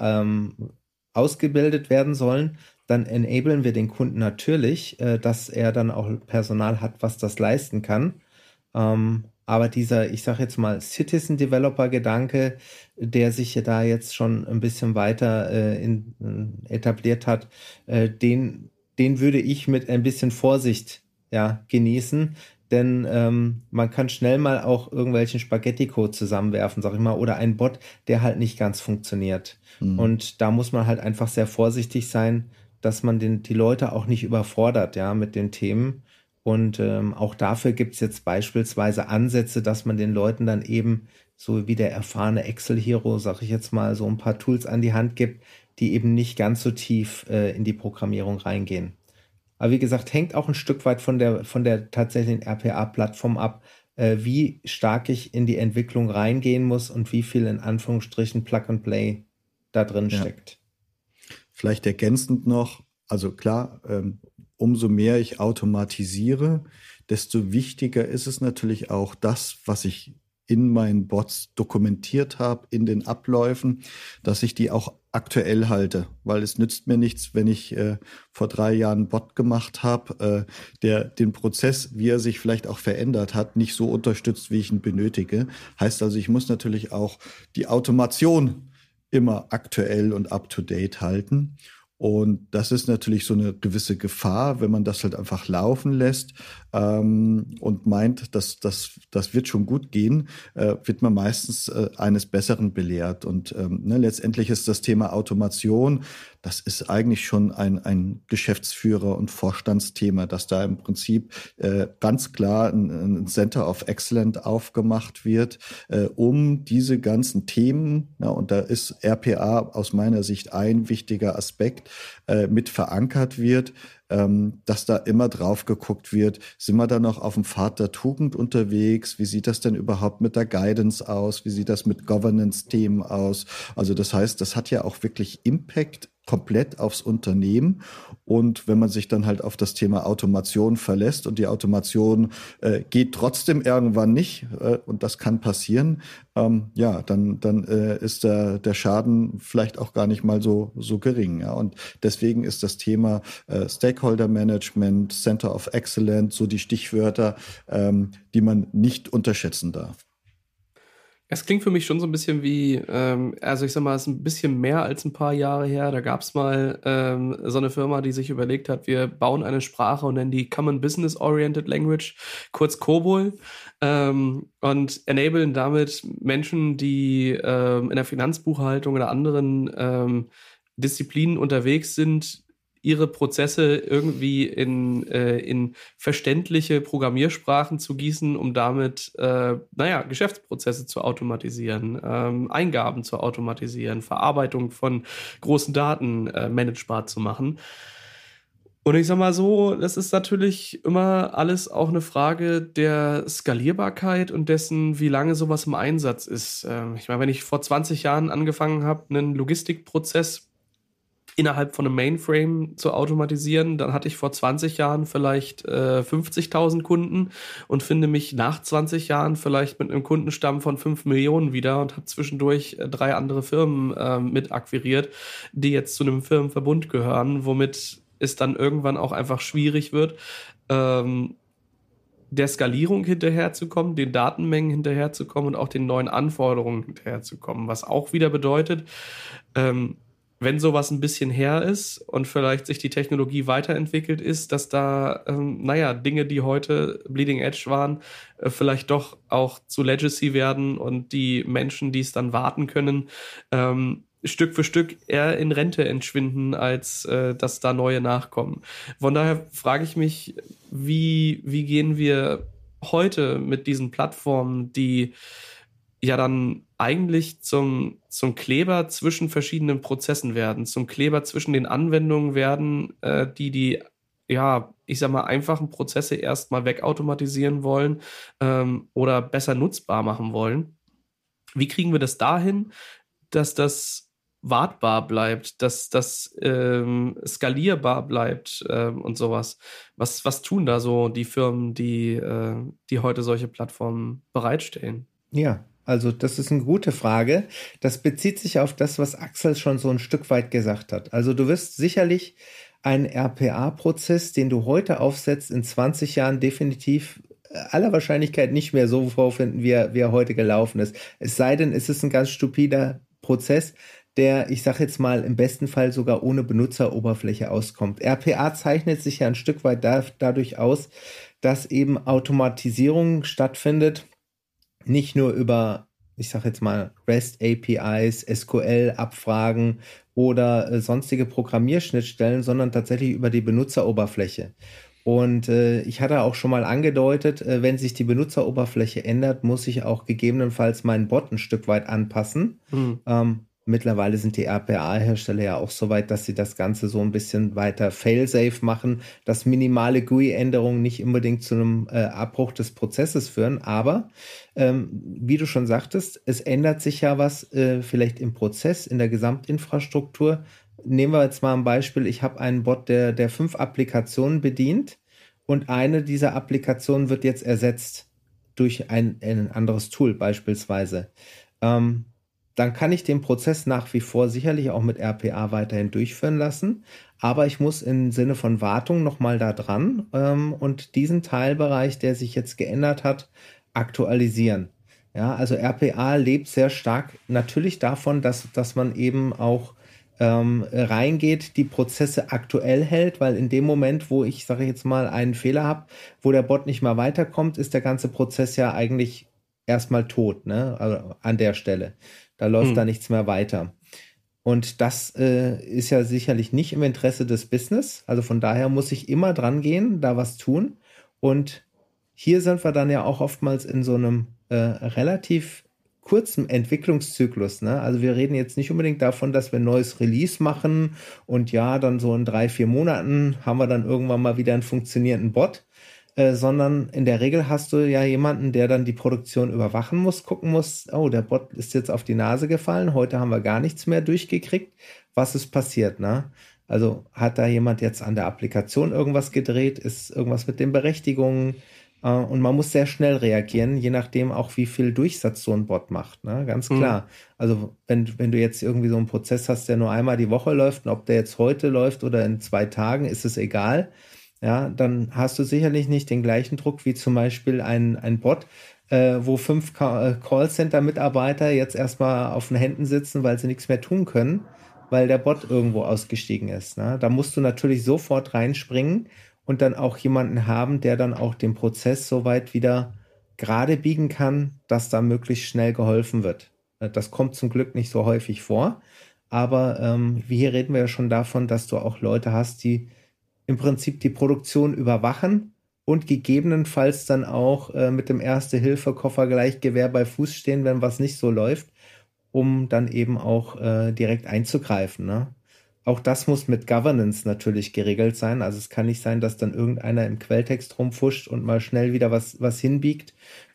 S2: ausgebildet werden sollen, dann enablen wir den Kunden natürlich, dass er dann auch Personal hat, was das leisten kann. Aber dieser, ich sage jetzt mal, Citizen-Developer-Gedanke, der sich da jetzt schon ein bisschen weiter etabliert hat, den würde ich mit ein bisschen Vorsicht genießen. Denn man kann schnell mal auch irgendwelchen Spaghetti-Code zusammenwerfen, sag ich mal, oder einen Bot, der halt nicht ganz funktioniert. Und da muss man halt einfach sehr vorsichtig sein, dass man die Leute auch nicht überfordert, mit den Themen. Und auch dafür gibt es jetzt beispielsweise Ansätze, dass man den Leuten dann eben, so wie der erfahrene Excel-Hero, sag ich jetzt mal, so ein paar Tools an die Hand gibt, die eben nicht ganz so tief in die Programmierung reingehen. Aber wie gesagt, hängt auch ein Stück weit von der tatsächlichen RPA-Plattform ab, wie stark ich in die Entwicklung reingehen muss und wie viel in Anführungsstrichen Plug and Play da drin steckt.
S3: Vielleicht ergänzend noch, also klar, umso mehr ich automatisiere, desto wichtiger ist es natürlich auch das, was ich in meinen Bots dokumentiert habe, in den Abläufen, dass ich die auch aktuell halte. Weil es nützt mir nichts, wenn ich vor 3 Jahren einen Bot gemacht habe, der den Prozess, wie er sich vielleicht auch verändert hat, nicht so unterstützt, wie ich ihn benötige. Heißt also, ich muss natürlich auch die Automation immer aktuell und up-to-date halten. Und das ist natürlich so eine gewisse Gefahr, wenn man das halt einfach laufen lässt und meint, das wird schon gut gehen, wird man meistens eines Besseren belehrt. Und letztendlich ist das Thema Automation, das ist eigentlich schon ein Geschäftsführer- und Vorstandsthema, dass da im Prinzip ganz klar ein Center of Excellence aufgemacht wird, um diese ganzen Themen, und da ist RPA aus meiner Sicht ein wichtiger Aspekt, mit verankert wird, dass da immer drauf geguckt wird, sind wir da noch auf dem Pfad der Tugend unterwegs? Wie sieht das denn überhaupt mit der Guidance aus? Wie sieht das mit Governance-Themen aus? Also das heißt, das hat ja auch wirklich Impact komplett aufs Unternehmen. Und wenn man sich dann halt auf das Thema Automation verlässt und die Automation geht trotzdem irgendwann nicht, und das kann passieren, dann ist der Schaden vielleicht auch gar nicht mal so gering. Ja? Und deswegen ist das Thema Stakeholder Management, Center of Excellence, so die Stichwörter, die man nicht unterschätzen darf.
S1: Es klingt für mich schon so ein bisschen wie, also ich sag mal, es ist ein bisschen mehr als ein paar Jahre her. Da gab es mal so eine Firma, die sich überlegt hat, wir bauen eine Sprache und nennen die Common Business Oriented Language, kurz COBOL, und enablen damit Menschen, die in der Finanzbuchhaltung oder anderen Disziplinen unterwegs sind, ihre Prozesse irgendwie in verständliche Programmiersprachen zu gießen, um damit Geschäftsprozesse zu automatisieren, Eingaben zu automatisieren, Verarbeitung von großen Daten managebar zu machen. Und ich sag mal so, das ist natürlich immer alles auch eine Frage der Skalierbarkeit und dessen, wie lange sowas im Einsatz ist. Ich meine, wenn ich vor 20 Jahren angefangen habe, einen Logistikprozess innerhalb von einem Mainframe zu automatisieren, dann hatte ich vor 20 Jahren vielleicht 50.000 Kunden und finde mich nach 20 Jahren vielleicht mit einem Kundenstamm von 5 Millionen wieder und habe zwischendurch 3 andere Firmen mit akquiriert, die jetzt zu einem Firmenverbund gehören, womit es dann irgendwann auch einfach schwierig wird, der Skalierung hinterherzukommen, den Datenmengen hinterherzukommen und auch den neuen Anforderungen hinterherzukommen. Was auch wieder bedeutet, wenn sowas ein bisschen her ist und vielleicht sich die Technologie weiterentwickelt ist, dass da, Dinge, die heute Bleeding Edge waren, vielleicht doch auch zu Legacy werden und die Menschen, die es dann warten können, Stück für Stück eher in Rente entschwinden, als dass da neue nachkommen. Von daher frage ich mich, wie gehen wir heute mit diesen Plattformen, die ja dann eigentlich zum Kleber zwischen verschiedenen Prozessen werden, zum Kleber zwischen den Anwendungen werden, die ich sag mal, einfachen Prozesse erstmal wegautomatisieren wollen oder besser nutzbar machen wollen. Wie kriegen wir das dahin, dass das wartbar bleibt, dass das skalierbar bleibt und sowas? Was tun da so die Firmen, die heute solche Plattformen bereitstellen?
S2: Ja, also das ist eine gute Frage. Das bezieht sich auf das, was Axel schon so ein Stück weit gesagt hat. Also du wirst sicherlich einen RPA-Prozess, den du heute aufsetzt, in 20 Jahren definitiv aller Wahrscheinlichkeit nicht mehr so vorfinden, wie er heute gelaufen ist. Es sei denn, es ist ein ganz stupider Prozess, der, ich sage jetzt mal, im besten Fall sogar ohne Benutzeroberfläche auskommt. RPA zeichnet sich ja ein Stück weit dadurch aus, dass eben Automatisierung stattfindet, nicht nur über, ich sage jetzt mal, REST-APIs, SQL-Abfragen oder sonstige Programmierschnittstellen, sondern tatsächlich über die Benutzeroberfläche. Und ich hatte auch schon mal angedeutet, wenn sich die Benutzeroberfläche ändert, muss ich auch gegebenenfalls meinen Bot ein Stück weit anpassen. Mittlerweile sind die RPA-Hersteller ja auch so weit, dass sie das Ganze so ein bisschen weiter fail-safe machen, dass minimale GUI-Änderungen nicht unbedingt zu einem Abbruch des Prozesses führen. Aber wie du schon sagtest, es ändert sich ja was vielleicht im Prozess, in der Gesamtinfrastruktur. Nehmen wir jetzt mal ein Beispiel. Ich habe einen Bot, der 5 Applikationen bedient und eine dieser Applikationen wird jetzt ersetzt durch ein anderes Tool beispielsweise. Dann kann ich den Prozess nach wie vor sicherlich auch mit RPA weiterhin durchführen lassen, aber ich muss im Sinne von Wartung nochmal da dran und diesen Teilbereich, der sich jetzt geändert hat, aktualisieren. Ja, also RPA lebt sehr stark natürlich davon, dass man eben auch reingeht, die Prozesse aktuell hält, weil in dem Moment, wo ich, sage ich jetzt mal, einen Fehler habe, wo der Bot nicht mehr weiterkommt, ist der ganze Prozess ja eigentlich erstmal tot, ne? Also an der Stelle. Da läuft da nichts mehr weiter. Und das ist ja sicherlich nicht im Interesse des Business. Also von daher muss ich immer dran gehen, da was tun. Und hier sind wir dann ja auch oftmals in so einem relativ kurzen Entwicklungszyklus. Ne? Also wir reden jetzt nicht unbedingt davon, dass wir ein neues Release machen und ja, dann so in 3-4 Monaten haben wir dann irgendwann mal wieder einen funktionierenden Bot. Sondern in der Regel hast du ja jemanden, der dann die Produktion überwachen muss, gucken muss, oh, der Bot ist jetzt auf die Nase gefallen, heute haben wir gar nichts mehr durchgekriegt. Was ist passiert, ne? Also hat da jemand jetzt an der Applikation irgendwas gedreht, ist irgendwas mit den Berechtigungen und man muss sehr schnell reagieren, je nachdem auch, wie viel Durchsatz so ein Bot macht, ne? Ganz klar. Also wenn du jetzt irgendwie so einen Prozess hast, der nur einmal die Woche läuft und ob der jetzt heute läuft oder in 2 Tagen, ist es egal. Ja, dann hast du sicherlich nicht den gleichen Druck wie zum Beispiel ein Bot, wo 5 Callcenter-Mitarbeiter jetzt erstmal auf den Händen sitzen, weil sie nichts mehr tun können, weil der Bot irgendwo ausgestiegen ist. Ne? Da musst du natürlich sofort reinspringen und dann auch jemanden haben, der dann auch den Prozess so weit wieder gerade biegen kann, dass da möglichst schnell geholfen wird. Das kommt zum Glück nicht so häufig vor, aber hier reden wir ja schon davon, dass du auch Leute hast, die im Prinzip die Produktion überwachen und gegebenenfalls dann auch mit dem Erste-Hilfe-Koffer gleich Gewehr bei Fuß stehen, wenn was nicht so läuft, um dann eben auch direkt einzugreifen. Ne? Auch das muss mit Governance natürlich geregelt sein. Also es kann nicht sein, dass dann irgendeiner im Quelltext rumfuscht und mal schnell wieder was hinbiegt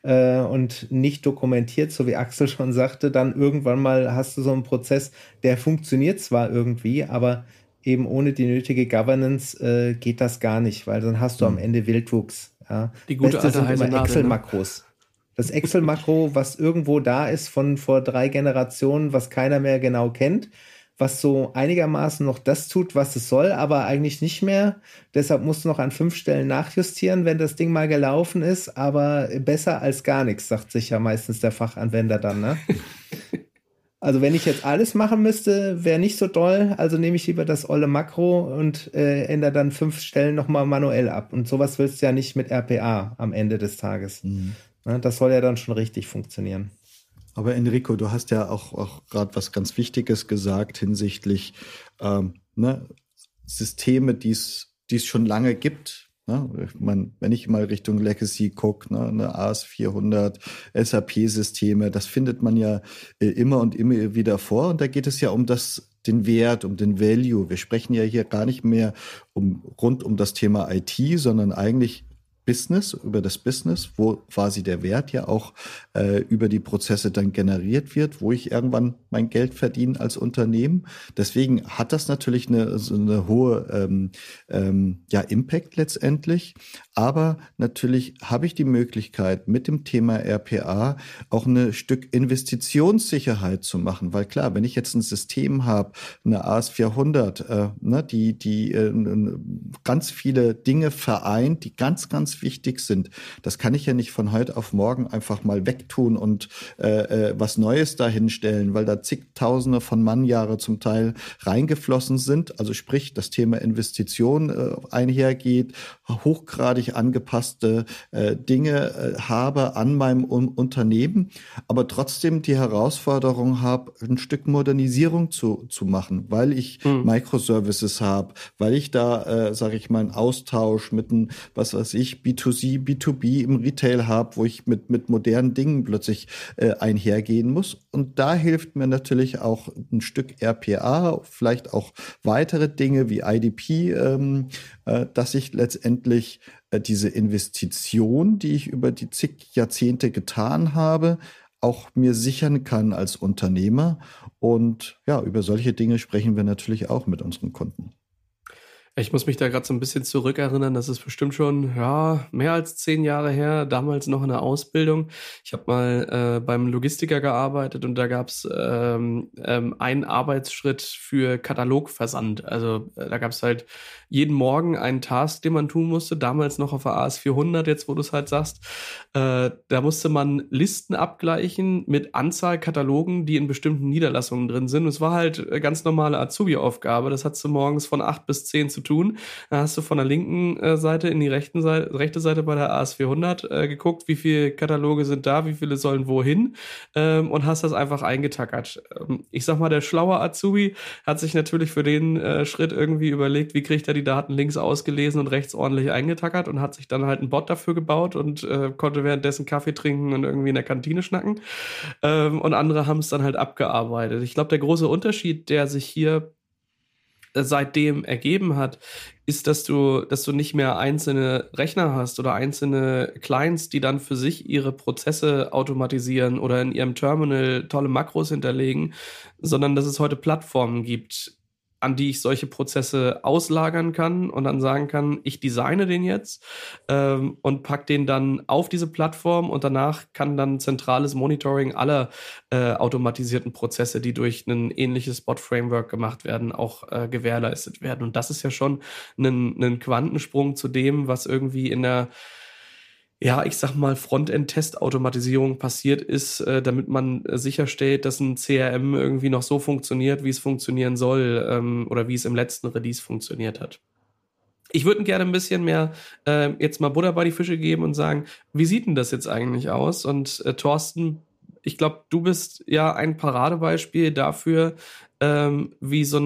S2: und nicht dokumentiert, so wie Axel schon sagte. Dann irgendwann mal hast du so einen Prozess, der funktioniert zwar irgendwie, aber eben ohne die nötige Governance geht das gar nicht, weil dann hast du am Ende Wildwuchs. Ja.
S1: Die gute alte heiße Nadel,
S2: Excel-Makros. Ne? Das Excel-Makro, was irgendwo da ist von vor 3 Generationen, was keiner mehr genau kennt, was so einigermaßen noch das tut, was es soll, aber eigentlich nicht mehr. Deshalb musst du noch an 5 Stellen nachjustieren, wenn das Ding mal gelaufen ist, aber besser als gar nichts, sagt sich ja meistens der Fachanwender dann, ne? Also wenn ich jetzt alles machen müsste, wäre nicht so doll, also nehme ich lieber das olle Makro und ändere dann 5 Stellen nochmal manuell ab. Und sowas willst du ja nicht mit RPA am Ende des Tages. Ne, das soll ja dann schon richtig funktionieren.
S3: Aber Enrico, du hast ja auch gerade was ganz Wichtiges gesagt hinsichtlich Systeme, die es schon lange gibt. Ne? Ich meine, wenn ich mal Richtung Legacy gucke, ne, eine AS400, SAP-Systeme, das findet man ja immer und immer wieder vor. Und da geht es ja um den Wert, um den Value. Wir sprechen ja hier gar nicht mehr rund um das Thema IT, sondern eigentlich über das Business, wo quasi der Wert ja auch über die Prozesse dann generiert wird, wo ich irgendwann mein Geld verdiene als Unternehmen. Deswegen hat das natürlich eine hohe Impact letztendlich. Aber natürlich habe ich die Möglichkeit, mit dem Thema RPA auch ein Stück Investitionssicherheit zu machen. Weil klar, wenn ich jetzt ein System habe, eine AS400, die ganz viele Dinge vereint, die ganz, ganz wichtig sind. Das kann ich ja nicht von heute auf morgen einfach mal wegtun und was Neues dahinstellen, weil da zigtausende von Mannjahre zum Teil reingeflossen sind. Also sprich, das Thema Investition einhergeht, hochgradig angepasste Dinge habe an meinem Unternehmen, aber trotzdem die Herausforderung habe, ein Stück Modernisierung zu machen, weil ich Microservices habe, weil ich da, sage ich mal, einen Austausch mit einem, was weiß ich, B2C, B2B im Retail habe, wo ich mit modernen Dingen plötzlich einhergehen muss. Und da hilft mir natürlich auch ein Stück RPA, vielleicht auch weitere Dinge wie IDP, dass ich letztendlich diese Investition, die ich über die zig Jahrzehnte getan habe, auch mir sichern kann als Unternehmer. Und ja, über solche Dinge sprechen wir natürlich auch mit unseren Kunden.
S1: Ich muss mich da gerade so ein bisschen zurückerinnern, das ist bestimmt schon mehr als 10 Jahre her, damals noch in der Ausbildung. Ich habe mal beim Logistiker gearbeitet und da gab es einen Arbeitsschritt für Katalogversand. Also da gab es halt jeden Morgen einen Task, den man tun musste, damals noch auf der AS400, jetzt wo du es halt sagst. Da musste man Listen abgleichen mit Anzahl Katalogen, die in bestimmten Niederlassungen drin sind. Und es war halt ganz normale Azubi-Aufgabe. Das hattest du morgens von 8 bis 10 zu tun. Da hast du von der linken Seite in die rechte Seite bei der AS400 geguckt, wie viele Kataloge sind da, wie viele sollen wohin und hast das einfach eingetackert. Ich sag mal, der schlaue Azubi hat sich natürlich für den Schritt irgendwie überlegt, wie kriegt er die Daten links ausgelesen und rechts ordentlich eingetackert und hat sich dann halt einen Bot dafür gebaut und konnte währenddessen Kaffee trinken und irgendwie in der Kantine schnacken. Und andere haben es dann halt abgearbeitet. Ich glaube, der große Unterschied, der sich hier seitdem ergeben hat, ist, dass du nicht mehr einzelne Rechner hast oder einzelne Clients, die dann für sich ihre Prozesse automatisieren oder in ihrem Terminal tolle Makros hinterlegen, sondern dass es heute Plattformen gibt, an die ich solche Prozesse auslagern kann und dann sagen kann, ich designe den jetzt und pack den dann auf diese Plattform und danach kann dann zentrales Monitoring aller automatisierten Prozesse, die durch ein ähnliches Bot-Framework gemacht werden, auch gewährleistet werden. Und das ist ja schon ein Quantensprung zu dem, was irgendwie in der ich sag mal, Frontend-Testautomatisierung passiert ist, damit man sicherstellt, dass ein CRM irgendwie noch so funktioniert, wie es funktionieren soll oder wie es im letzten Release funktioniert hat. Ich würde gerne ein bisschen mehr jetzt mal Butter bei die Fische geben und sagen, wie sieht denn das jetzt eigentlich aus? Und Thorsten, ich glaube, du bist ja ein Paradebeispiel dafür, wie so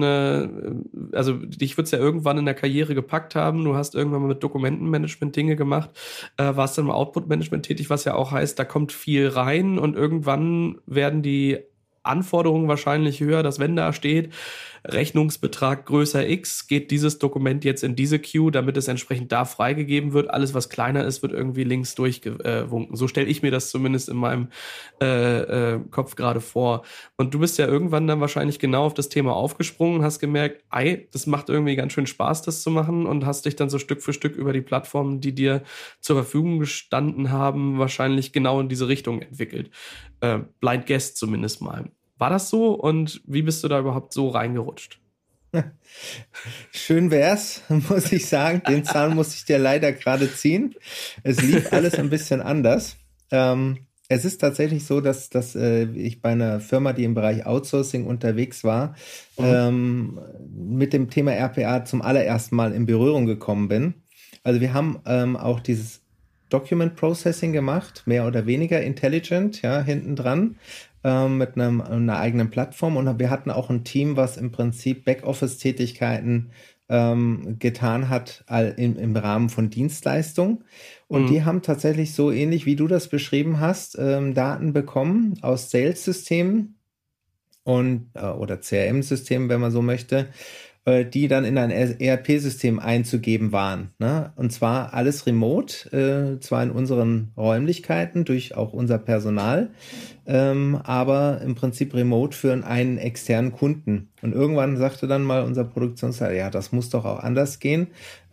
S1: also dich wird's ja irgendwann in der Karriere gepackt haben, du hast irgendwann mal mit Dokumentenmanagement Dinge gemacht, warst dann im Output-Management tätig, was ja auch heißt, da kommt viel rein und irgendwann werden die Anforderungen wahrscheinlich höher, dass wenn da steht, Rechnungsbetrag größer X, geht dieses Dokument jetzt in diese Queue, damit es entsprechend da freigegeben wird. Alles, was kleiner ist, wird irgendwie links durchgewunken. So stelle ich mir das zumindest in meinem Kopf gerade vor. Und du bist ja irgendwann dann wahrscheinlich genau auf das Thema aufgesprungen und hast gemerkt, das macht irgendwie ganz schön Spaß, das zu machen und hast dich dann so Stück für Stück über die Plattformen, die dir zur Verfügung gestanden haben, wahrscheinlich genau in diese Richtung entwickelt. Blind Guest zumindest mal. War das so und wie bist du da überhaupt so reingerutscht?
S2: Schön wär's, muss ich sagen. Den Zahn muss ich dir leider gerade ziehen. Es lief alles ein bisschen anders. Es ist tatsächlich so, dass ich bei einer Firma, die im Bereich Outsourcing unterwegs war, mit dem Thema RPA zum allerersten Mal in Berührung gekommen bin. Also wir haben auch dieses Document Processing gemacht, mehr oder weniger intelligent, ja, hinten dran, mit einer eigenen Plattform. Und wir hatten auch ein Team, was im Prinzip Backoffice-Tätigkeiten getan hat im Rahmen von Dienstleistungen. Und die haben tatsächlich so ähnlich, wie du das beschrieben hast, Daten bekommen aus Sales-Systemen und oder CRM-Systemen, wenn man so möchte, die dann in ein ERP-System einzugeben waren. Ne? Und zwar alles remote, zwar in unseren Räumlichkeiten durch auch unser Personal, aber im Prinzip remote für einen externen Kunden. Und irgendwann sagte dann mal unser Produktionsleiter, ja, das muss doch auch anders gehen.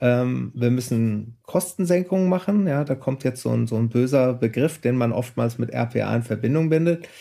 S2: Wir müssen Kostensenkungen machen. Ja, da kommt jetzt so ein böser Begriff, den man oftmals mit RPA in Verbindung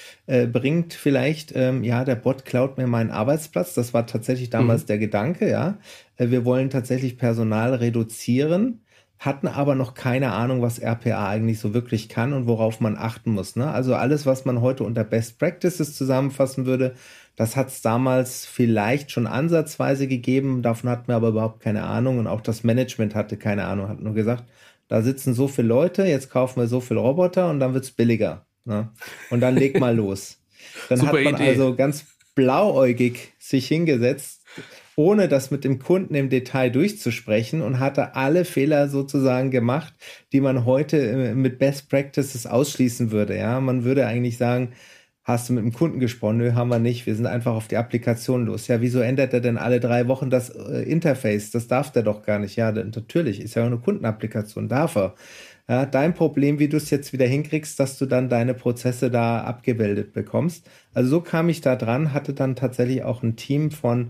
S2: bringt vielleicht, ja, der Bot klaut mir meinen Arbeitsplatz. Das war tatsächlich damals der Gedanke, ja. Wir wollen tatsächlich Personal reduzieren, hatten aber noch keine Ahnung, was RPA eigentlich so wirklich kann und worauf man achten muss. Ne? Also alles, was man heute unter Best Practices zusammenfassen würde, das hat es damals vielleicht schon ansatzweise gegeben. Davon hatten wir aber überhaupt keine Ahnung und auch das Management hatte keine Ahnung, hat nur gesagt, da sitzen so viele Leute, jetzt kaufen wir so viele Roboter und dann wird's billiger. Ne? Und dann leg mal los. Dann
S1: Super
S2: hat man
S1: Idee.
S2: also ganz blauäugig sich hingesetzt, ohne das mit dem Kunden im Detail durchzusprechen und hatte alle Fehler sozusagen gemacht, die man heute mit Best Practices ausschließen würde. Ja, man würde eigentlich sagen, hast du mit dem Kunden gesprochen? Nö, haben wir nicht. Wir sind einfach auf die Applikation los. Ja, wieso ändert er denn alle 3 Wochen das Interface? Das darf der doch gar nicht. Ja, natürlich, ist ja auch eine Kundenapplikation, darf er. Ja, dein Problem, wie du es jetzt wieder hinkriegst, dass du dann deine Prozesse da abgebildet bekommst. Also so kam ich da dran, hatte dann tatsächlich auch ein Team von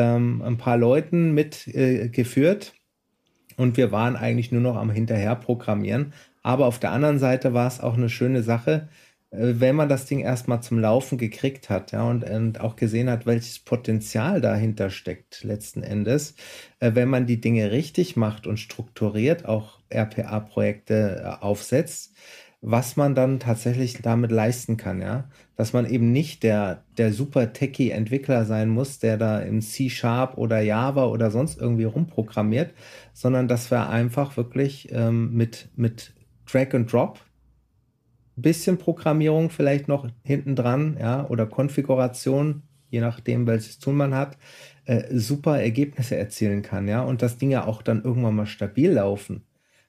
S2: ein paar Leuten mitgeführt und wir waren eigentlich nur noch am Hinterher programmieren. Aber auf der anderen Seite war es auch eine schöne Sache, wenn man das Ding erstmal zum Laufen gekriegt hat, ja, und auch gesehen hat, welches Potenzial dahinter steckt letzten Endes, wenn man die Dinge richtig macht und strukturiert auch RPA-Projekte aufsetzt, was man dann tatsächlich damit leisten kann, ja, dass man eben nicht der super techie Entwickler sein muss, der da in C# oder Java oder sonst irgendwie rumprogrammiert, sondern dass wir einfach wirklich mit Drag and Drop, bisschen Programmierung vielleicht noch hinten dran, ja, oder Konfiguration, je nachdem, welches Tool man hat, super Ergebnisse erzielen kann, ja, und das Ding ja auch dann irgendwann mal stabil laufen.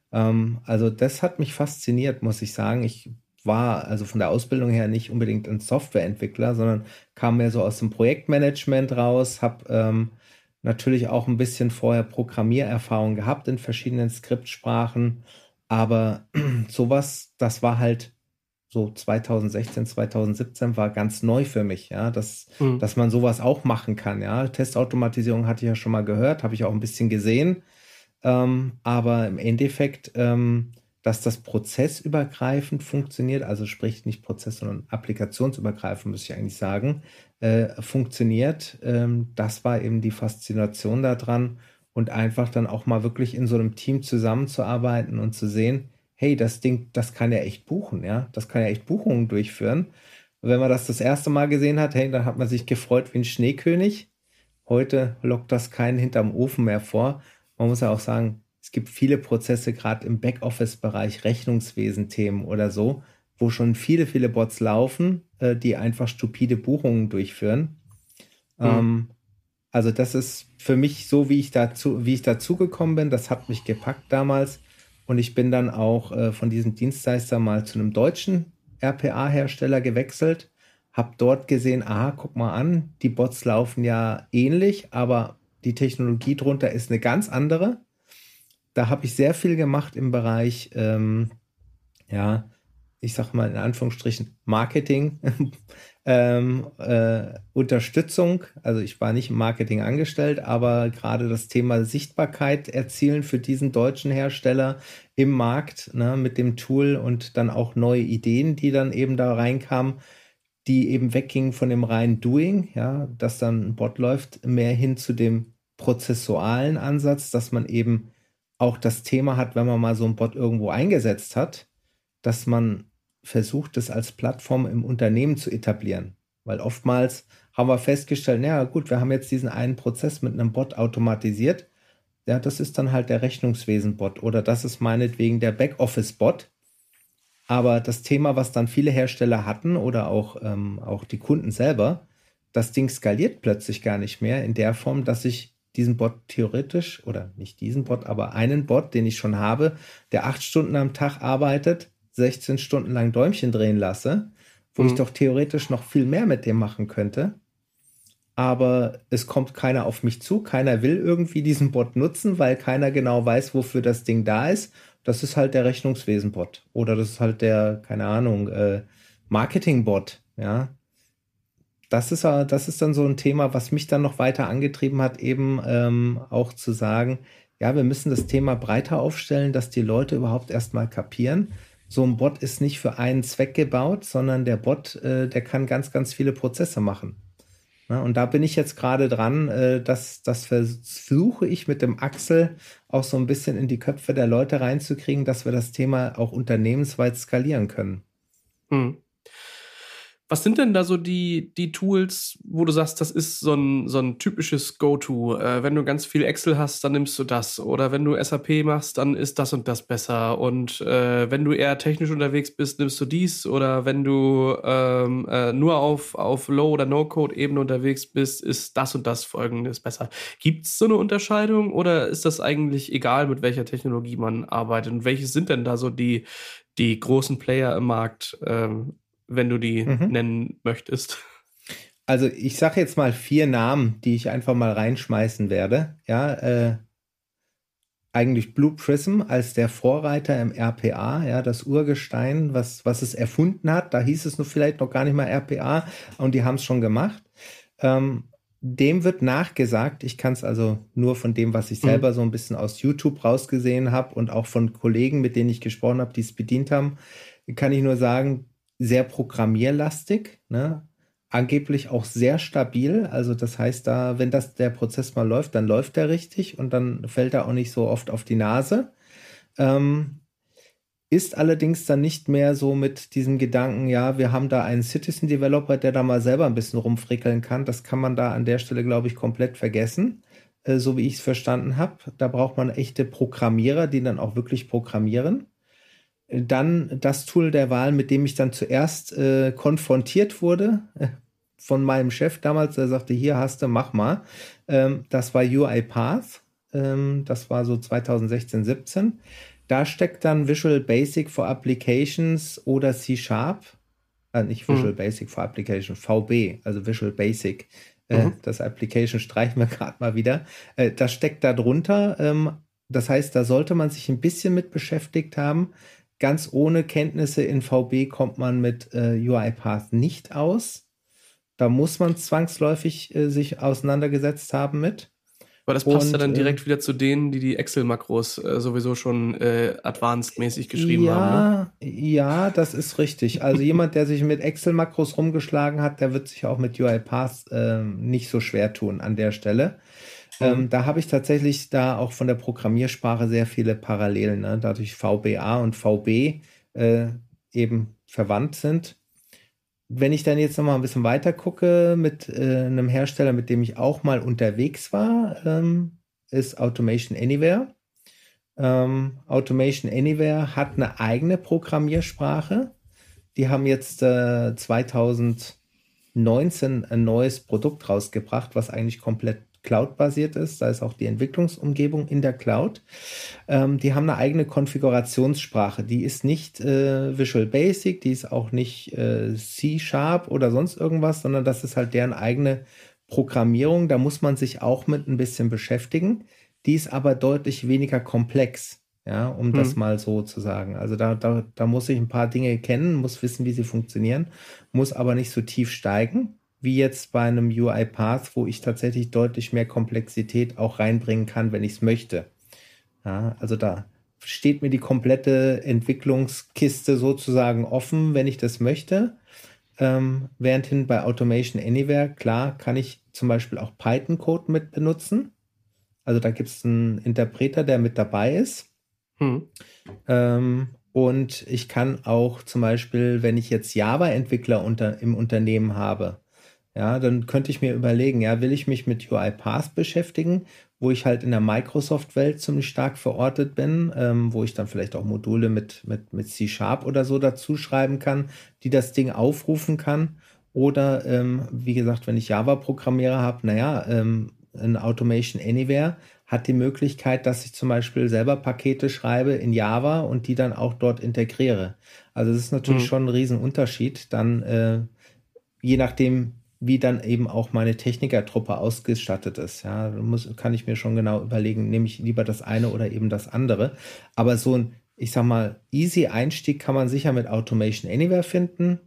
S2: Also das hat mich fasziniert, muss ich sagen. Ich war also von der Ausbildung her nicht unbedingt ein Softwareentwickler, sondern kam mehr so aus dem Projektmanagement raus, habe natürlich auch ein bisschen vorher Programmiererfahrung gehabt in verschiedenen Skriptsprachen, aber sowas, das war halt so 2016, 2017 war ganz neu für mich, ja, dass man sowas auch machen kann, ja. Testautomatisierung hatte ich ja schon mal gehört, habe ich auch ein bisschen gesehen, aber im Endeffekt, dass das prozessübergreifend funktioniert, also sprich nicht prozess-, sondern applikationsübergreifend, muss ich eigentlich sagen, funktioniert, das war eben die Faszination daran und einfach dann auch mal wirklich in so einem Team zusammenzuarbeiten und zu sehen, hey, das Ding, das kann ja echt buchen, ja, das kann ja echt Buchungen durchführen. Und wenn man das erste Mal gesehen hat, hey, dann hat man sich gefreut wie ein Schneekönig. Heute lockt das keinen hinterm Ofen mehr vor. Man muss ja auch sagen, es gibt viele Prozesse, gerade im Backoffice-Bereich, Rechnungswesen-Themen oder so, wo schon viele, viele Bots laufen, die einfach stupide Buchungen durchführen. Also das ist für mich so, wie ich dazu gekommen bin. Das hat mich gepackt damals. Und ich bin dann auch von diesem Dienstleister mal zu einem deutschen RPA-Hersteller gewechselt, habe dort gesehen, aha, guck mal an, die Bots laufen ja ähnlich, aber die Technologie drunter ist eine ganz andere. Da habe ich sehr viel gemacht im Bereich, ja, ich sag mal in Anführungsstrichen Marketing, Unterstützung. Also ich war nicht im Marketing angestellt, aber gerade das Thema Sichtbarkeit erzielen für diesen deutschen Hersteller im Markt, ne, mit dem Tool und dann auch neue Ideen, die dann eben da reinkamen, die eben weggingen von dem reinen Doing, ja, dass dann ein Bot läuft, mehr hin zu dem prozessualen Ansatz, dass man eben auch das Thema hat, wenn man mal so einen Bot irgendwo eingesetzt hat, dass man versucht, das als Plattform im Unternehmen zu etablieren. Weil oftmals haben wir festgestellt, naja gut, wir haben jetzt diesen einen Prozess mit einem Bot automatisiert. Ja, das ist dann halt der Rechnungswesen-Bot oder das ist meinetwegen der Backoffice-Bot. Aber das Thema, was dann viele Hersteller hatten oder auch die Kunden selber, das Ding skaliert plötzlich gar nicht mehr in der Form, dass ich diesen Bot theoretisch, oder nicht diesen Bot, aber einen Bot, den ich schon habe, der 8 Stunden am Tag arbeitet, 16 Stunden lang Däumchen drehen lasse, wo ich doch theoretisch noch viel mehr mit dem machen könnte. Aber es kommt keiner auf mich zu, keiner will irgendwie diesen Bot nutzen, weil keiner genau weiß, wofür das Ding da ist. Das ist halt der Rechnungswesen-Bot oder das ist halt der, keine Ahnung, Marketing-Bot, ja. Das ist dann so ein Thema, was mich dann noch weiter angetrieben hat, eben auch zu sagen, ja, wir müssen das Thema breiter aufstellen, dass die Leute überhaupt erstmal kapieren. So ein Bot ist nicht für einen Zweck gebaut, sondern der Bot, der kann ganz, ganz viele Prozesse machen. Ja, und da bin ich jetzt gerade dran, das versuche ich mit dem Axel auch so ein bisschen in die Köpfe der Leute reinzukriegen, dass wir das Thema auch unternehmensweit skalieren können.
S1: Hm. Was sind denn da so die Tools, wo du sagst, das ist so ein typisches Go-To? Wenn du ganz viel Excel hast, dann nimmst du das. Oder wenn du SAP machst, dann ist das und das besser. Und wenn du eher technisch unterwegs bist, nimmst du dies. Oder wenn du nur auf Low- oder No-Code-Ebene unterwegs bist, ist das und das Folgendes besser. Gibt es so eine Unterscheidung oder ist das eigentlich egal, mit welcher Technologie man arbeitet? Und welche sind denn da so die großen Player im Markt, wenn du die nennen möchtest?
S2: Also ich sage jetzt mal 4 Namen, die ich einfach mal reinschmeißen werde. Ja, eigentlich Blue Prism als der Vorreiter im RPA, ja, das Urgestein, was es erfunden hat. Da hieß es vielleicht noch gar nicht mal RPA und die haben es schon gemacht. Dem wird nachgesagt, ich kann es also nur von dem, was ich selber so ein bisschen aus YouTube rausgesehen habe und auch von Kollegen, mit denen ich gesprochen habe, die es bedient haben, kann ich nur sagen, sehr programmierlastig, ne? Angeblich auch sehr stabil. Also das heißt, wenn der Prozess mal läuft, dann läuft er richtig und dann fällt er auch nicht so oft auf die Nase. Ist allerdings dann nicht mehr so mit diesem Gedanken, ja, wir haben da einen Citizen Developer, der da mal selber ein bisschen rumfrickeln kann. Das kann man da an der Stelle, glaube ich, komplett vergessen, so wie ich es verstanden habe. Da braucht man echte Programmierer, die dann auch wirklich programmieren. Dann das Tool der Wahl, mit dem ich dann zuerst konfrontiert wurde von meinem Chef damals, der sagte, hier hast du, mach mal. Das war UiPath. Das war so 2016, 17. Da steckt dann Visual Basic for Applications oder C#. Nicht Visual Basic for Application, VB, also Visual Basic. Das Application streichen wir gerade mal wieder. Das steckt da drunter. Das heißt, da sollte man sich ein bisschen mit beschäftigt haben. Ganz ohne Kenntnisse in VB kommt man mit UiPath nicht aus. Da muss man zwangsläufig sich auseinandergesetzt haben mit.
S1: Aber das passt ja dann direkt wieder zu denen, die Excel-Makros sowieso schon advanced-mäßig geschrieben haben. Ne?
S2: Ja, das ist richtig. Also jemand, der sich mit Excel-Makros rumgeschlagen hat, der wird sich auch mit UiPath nicht so schwer tun an der Stelle. Da habe ich tatsächlich da auch von der Programmiersprache sehr viele Parallelen, ne? Dadurch VBA und VB eben verwandt sind. Wenn ich dann jetzt noch mal ein bisschen weiter gucke mit einem Hersteller, mit dem ich auch mal unterwegs war, ist Automation Anywhere. Automation Anywhere hat eine eigene Programmiersprache. Die haben jetzt 2019 ein neues Produkt rausgebracht, was eigentlich komplett Cloud-basiert ist. Da ist auch die Entwicklungsumgebung in der Cloud. Die haben eine eigene Konfigurationssprache. Die ist nicht Visual Basic, die ist auch nicht C# oder sonst irgendwas, sondern das ist halt deren eigene Programmierung. Da muss man sich auch mit ein bisschen beschäftigen. Die ist aber deutlich weniger komplex, ja, um das mal so zu sagen. Also da muss ich ein paar Dinge kennen, muss wissen, wie sie funktionieren, muss aber nicht so tief steigen, wie jetzt bei einem UiPath, wo ich tatsächlich deutlich mehr Komplexität auch reinbringen kann, wenn ich es möchte. Ja, also da steht mir die komplette Entwicklungskiste sozusagen offen, wenn ich das möchte. währendhin bei Automation Anywhere, klar, kann ich zum Beispiel auch Python-Code mit benutzen. Also da gibt es einen Interpreter, der mit dabei ist. Und ich kann auch zum Beispiel, wenn ich jetzt Java-Entwickler im Unternehmen habe, ja, dann könnte ich mir überlegen, ja, will ich mich mit UiPath beschäftigen, wo ich halt in der Microsoft-Welt ziemlich stark verortet bin, wo ich dann vielleicht auch Module mit C# oder so dazu schreiben kann, die das Ding aufrufen kann. Oder, wie gesagt, wenn ich Java-Programmierer habe, naja, ein Automation Anywhere hat die Möglichkeit, dass ich zum Beispiel selber Pakete schreibe in Java und die dann auch dort integriere. Also das ist natürlich schon ein Riesenunterschied, dann je nachdem, wie dann eben auch meine Technikertruppe ausgestattet ist. Ja, kann ich mir schon genau überlegen, nehme ich lieber das eine oder eben das andere. Aber so ein, ich sag mal, easy Einstieg kann man sicher mit Automation Anywhere finden.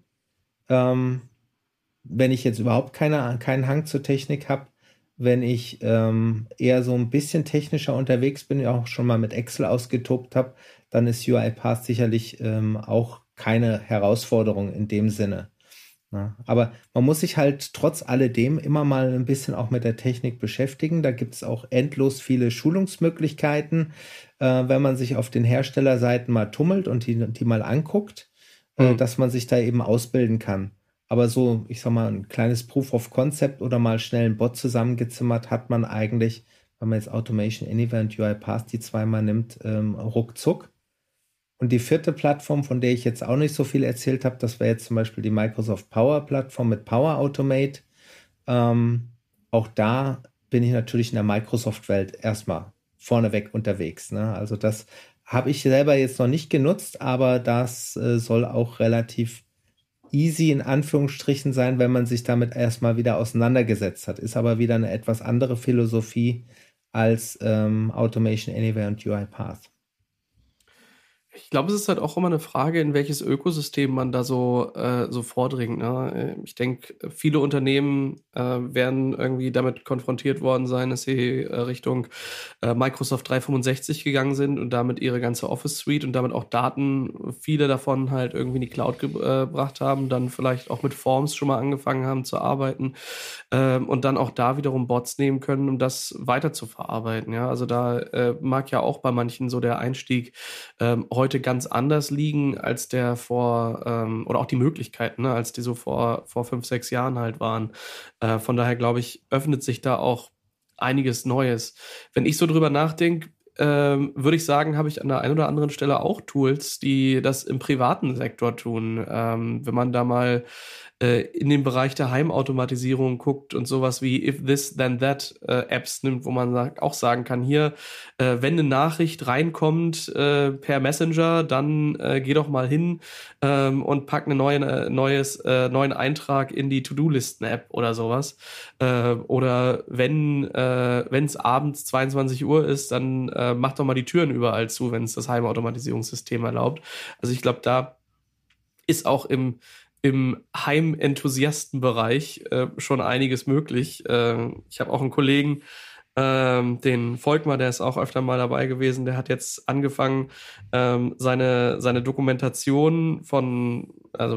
S2: Wenn ich jetzt überhaupt keinen Hang zur Technik habe, wenn ich eher so ein bisschen technischer unterwegs bin, auch schon mal mit Excel ausgetobt habe, dann ist UiPath sicherlich auch keine Herausforderung in dem Sinne. Ja, aber man muss sich halt trotz alledem immer mal ein bisschen auch mit der Technik beschäftigen. Da gibt es auch endlos viele Schulungsmöglichkeiten, wenn man sich auf den Herstellerseiten mal tummelt und die mal anguckt, dass man sich da eben ausbilden kann. Aber so, ich sag mal, ein kleines Proof of Concept oder mal schnell einen Bot zusammengezimmert hat man eigentlich, wenn man jetzt Automation Anywhere und UiPath die zweimal nimmt, ruckzuck. Und die vierte Plattform, von der ich jetzt auch nicht so viel erzählt habe, das wäre jetzt zum Beispiel die Microsoft Power Plattform mit Power Automate. Auch da bin ich natürlich in der Microsoft-Welt erstmal vorneweg unterwegs. Ne? Also das habe ich selber jetzt noch nicht genutzt, aber das soll auch relativ easy in Anführungsstrichen sein, wenn man sich damit erstmal wieder auseinandergesetzt hat. Ist aber wieder eine etwas andere Philosophie als Automation Anywhere und UiPath.
S1: Ich glaube, es ist halt auch immer eine Frage, in welches Ökosystem man da so vordringt. Ne? Ich denke, viele Unternehmen werden irgendwie damit konfrontiert worden sein, dass sie Richtung Microsoft 365 gegangen sind und damit ihre ganze Office-Suite und damit auch Daten, viele davon halt irgendwie in die Cloud gebracht haben, dann vielleicht auch mit Forms schon mal angefangen haben zu arbeiten und dann auch da wiederum Bots nehmen können, um das weiter zu verarbeiten. Ja? Also da mag ja auch bei manchen so der Einstieg heute ganz anders liegen, als der oder auch die Möglichkeiten, ne, als die so vor 5, 6 Jahren halt waren. Von daher glaube ich, öffnet sich da auch einiges Neues. Wenn ich so drüber nachdenke, würde ich sagen, habe ich an der einen oder anderen Stelle auch Tools, die das im privaten Sektor tun. Wenn man da mal in den Bereich der Heimautomatisierung guckt und sowas wie If This Then That Apps nimmt, wo man auch sagen kann, hier, wenn eine Nachricht reinkommt per Messenger, dann geh doch mal hin und pack einen neuen Eintrag in die To-Do-Listen-App oder sowas. Oder wenn es abends 22 Uhr ist, dann mach doch mal die Türen überall zu, wenn es das Heimautomatisierungssystem erlaubt. Also ich glaube, da ist auch im Heimenthusiastenbereich schon einiges möglich. Ich habe auch einen Kollegen, den Volkmar, der ist auch öfter mal dabei gewesen, der hat jetzt angefangen, seine Dokumentation von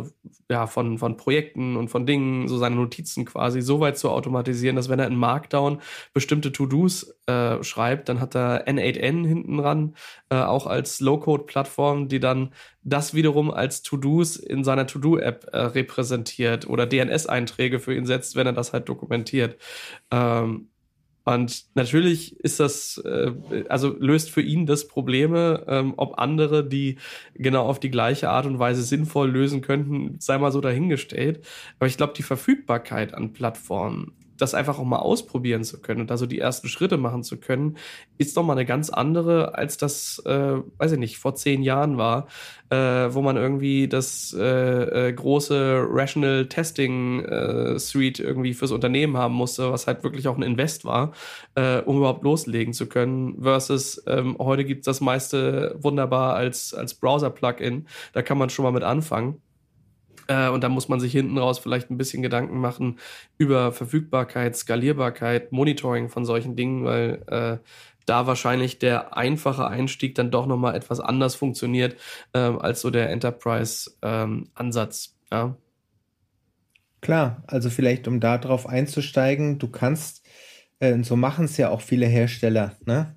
S1: Projekten und von Dingen, so seine Notizen quasi, so weit zu automatisieren, dass wenn er in Markdown bestimmte To-Dos schreibt, dann hat er N8N hinten dran, auch als Low-Code-Plattform, die dann das wiederum als To-Dos in seiner To-Do-App repräsentiert oder DNS-Einträge für ihn setzt, wenn er das halt dokumentiert. Und natürlich ist das, löst für ihn das Probleme, ob andere die genau auf die gleiche Art und Weise sinnvoll lösen könnten, sei mal so dahingestellt. Aber ich glaube, die Verfügbarkeit an Plattformen, das einfach auch mal ausprobieren zu können und da so die ersten Schritte machen zu können, ist doch mal eine ganz andere, als das, weiß ich nicht, vor 10 Jahren war, wo man irgendwie das große Rational Testing Suite irgendwie fürs Unternehmen haben musste, was halt wirklich auch ein Invest war, um überhaupt loslegen zu können, versus heute gibt es das meiste wunderbar als Browser-Plugin. Da kann man schon mal mit anfangen. Und da muss man sich hinten raus vielleicht ein bisschen Gedanken machen über Verfügbarkeit, Skalierbarkeit, Monitoring von solchen Dingen, weil da wahrscheinlich der einfache Einstieg dann doch nochmal etwas anders funktioniert als so der Enterprise-Ansatz. Ja.
S2: Klar, also vielleicht um da drauf einzusteigen, du kannst, und so machen es ja auch viele Hersteller, ne?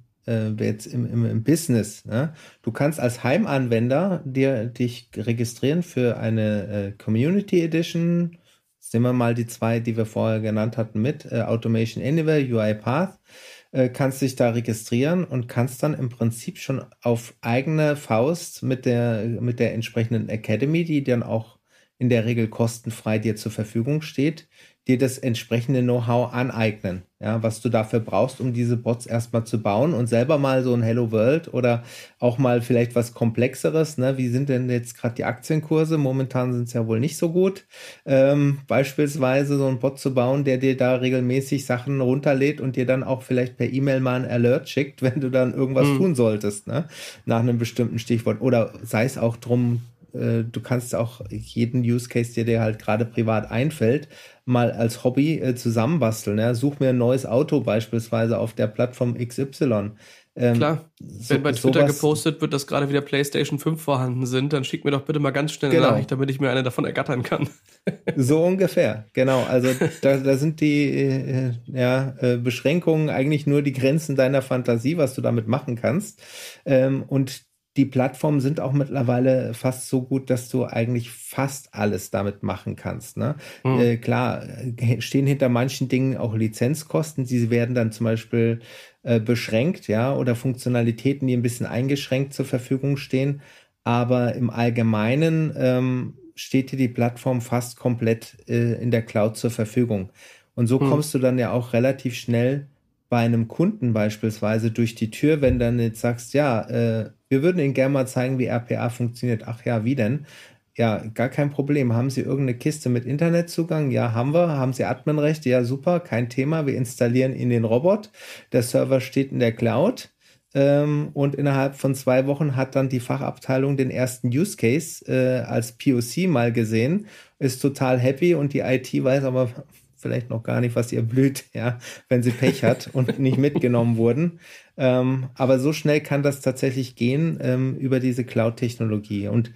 S2: Jetzt im Business, ne? Du kannst als Heimanwender dich registrieren für eine Community Edition. Sehen wir mal die zwei, die wir vorher genannt hatten mit Automation Anywhere, UiPath. Kannst dich da registrieren und kannst dann im Prinzip schon auf eigene Faust mit der entsprechenden Academy, die dann auch in der Regel kostenfrei dir zur Verfügung steht, dir das entsprechende Know-how aneignen, ja, was du dafür brauchst, um diese Bots erstmal zu bauen und selber mal so ein Hello World oder auch mal vielleicht was Komplexeres, ne? Wie sind denn jetzt gerade die Aktienkurse? Momentan sind es ja wohl nicht so gut. Beispielsweise so einen Bot zu bauen, der dir da regelmäßig Sachen runterlädt und dir dann auch vielleicht per E-Mail mal ein Alert schickt, wenn du dann irgendwas tun solltest, ne? Nach einem bestimmten Stichwort. Oder sei es auch drum, du kannst auch jeden Use Case, der dir halt gerade privat einfällt, mal als Hobby zusammenbasteln. Ja? Such mir ein neues Auto beispielsweise auf der Plattform XY.
S1: Klar, wenn bei Twitter gepostet wird, dass gerade wieder PlayStation 5 vorhanden sind, dann schick mir doch bitte mal ganz schnell eine Nachricht, damit ich mir eine davon ergattern kann.
S2: So ungefähr, genau. Also da sind die Beschränkungen eigentlich nur die Grenzen deiner Fantasie, was du damit machen kannst. Und die Plattformen sind auch mittlerweile fast so gut, dass du eigentlich fast alles damit machen kannst. Ne? Klar, stehen hinter manchen Dingen auch Lizenzkosten. Die werden dann zum Beispiel beschränkt, ja, oder Funktionalitäten, die ein bisschen eingeschränkt zur Verfügung stehen. Aber im Allgemeinen steht dir die Plattform fast komplett in der Cloud zur Verfügung. Und so kommst du dann ja auch relativ schnell bei einem Kunden beispielsweise durch die Tür, wenn dann jetzt sagst, ja, wir würden Ihnen gerne mal zeigen, wie RPA funktioniert. Ach ja, wie denn? Ja, gar kein Problem. Haben Sie irgendeine Kiste mit Internetzugang? Ja, haben wir. Haben Sie Adminrechte? Ja, super, kein Thema. Wir installieren Ihnen den Robot. Der Server steht in der Cloud. Und innerhalb von 2 Wochen hat dann die Fachabteilung den ersten Use Case als POC mal gesehen, ist total happy und die IT weiß aber vielleicht noch gar nicht, was ihr blüht, ja, wenn sie Pech hat und nicht mitgenommen wurden. Aber so schnell kann das tatsächlich gehen über diese Cloud-Technologie. Und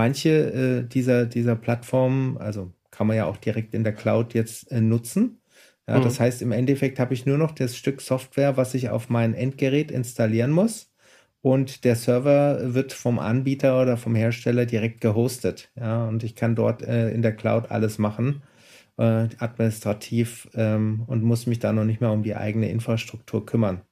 S2: manche dieser Plattformen, also kann man ja auch direkt in der Cloud jetzt nutzen. Ja, das heißt, im Endeffekt habe ich nur noch das Stück Software, was ich auf mein Endgerät installieren muss. Und der Server wird vom Anbieter oder vom Hersteller direkt gehostet. Ja, und ich kann dort in der Cloud alles machen, administrativ, und muss mich da noch nicht mehr um die eigene Infrastruktur kümmern.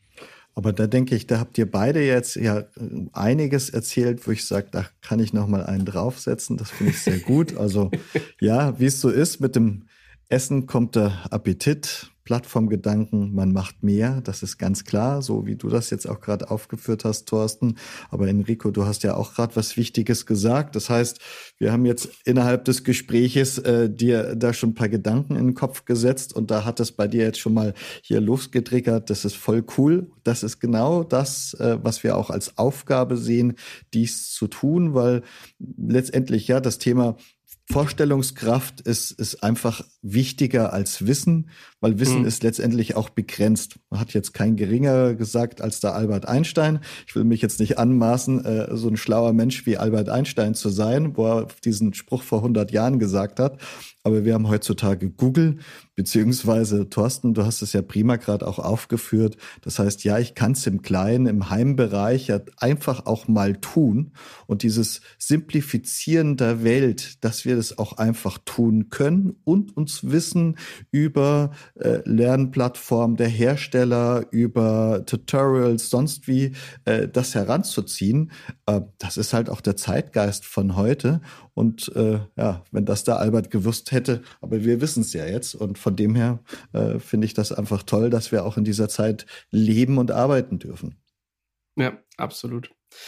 S3: Aber da denke ich, da habt ihr beide jetzt ja einiges erzählt, wo ich sage, da kann ich noch mal einen draufsetzen. Das finde ich sehr gut. Also ja, wie es so ist, mit dem Essen kommt der Appetit, Plattformgedanken, man macht mehr, das ist ganz klar, so wie du das jetzt auch gerade aufgeführt hast, Thorsten. Aber Enrico, du hast ja auch gerade was Wichtiges gesagt. Das heißt, wir haben jetzt innerhalb des Gespräches dir da schon ein paar Gedanken in den Kopf gesetzt und da hat es bei dir jetzt schon mal hier losgetriggert. Das ist voll cool. Das ist genau das, was wir auch als Aufgabe sehen, dies zu tun, weil letztendlich ja das Thema Vorstellungskraft ist einfach wichtiger als Wissen, weil Wissen ist letztendlich auch begrenzt. Man hat jetzt kein geringer gesagt als der Albert Einstein. Ich will mich jetzt nicht anmaßen, so ein schlauer Mensch wie Albert Einstein zu sein, wo er diesen Spruch vor 100 Jahren gesagt hat. Aber wir haben heutzutage Google, beziehungsweise Thorsten, du hast es ja prima gerade auch aufgeführt. Das heißt, ja, ich kann es im Kleinen, im Heimbereich ja einfach auch mal tun. Und dieses Simplifizieren der Welt, dass wir das auch einfach tun können und uns Wissen über Lernplattformen der Hersteller, über Tutorials, sonst wie das heranzuziehen, das ist halt auch der Zeitgeist von heute. Und ja, wenn das der Albert gewusst hätte, aber wir wissen es ja jetzt. Und von dem her finde ich das einfach toll, dass wir auch in dieser Zeit leben und arbeiten dürfen.
S1: Ja, absolut.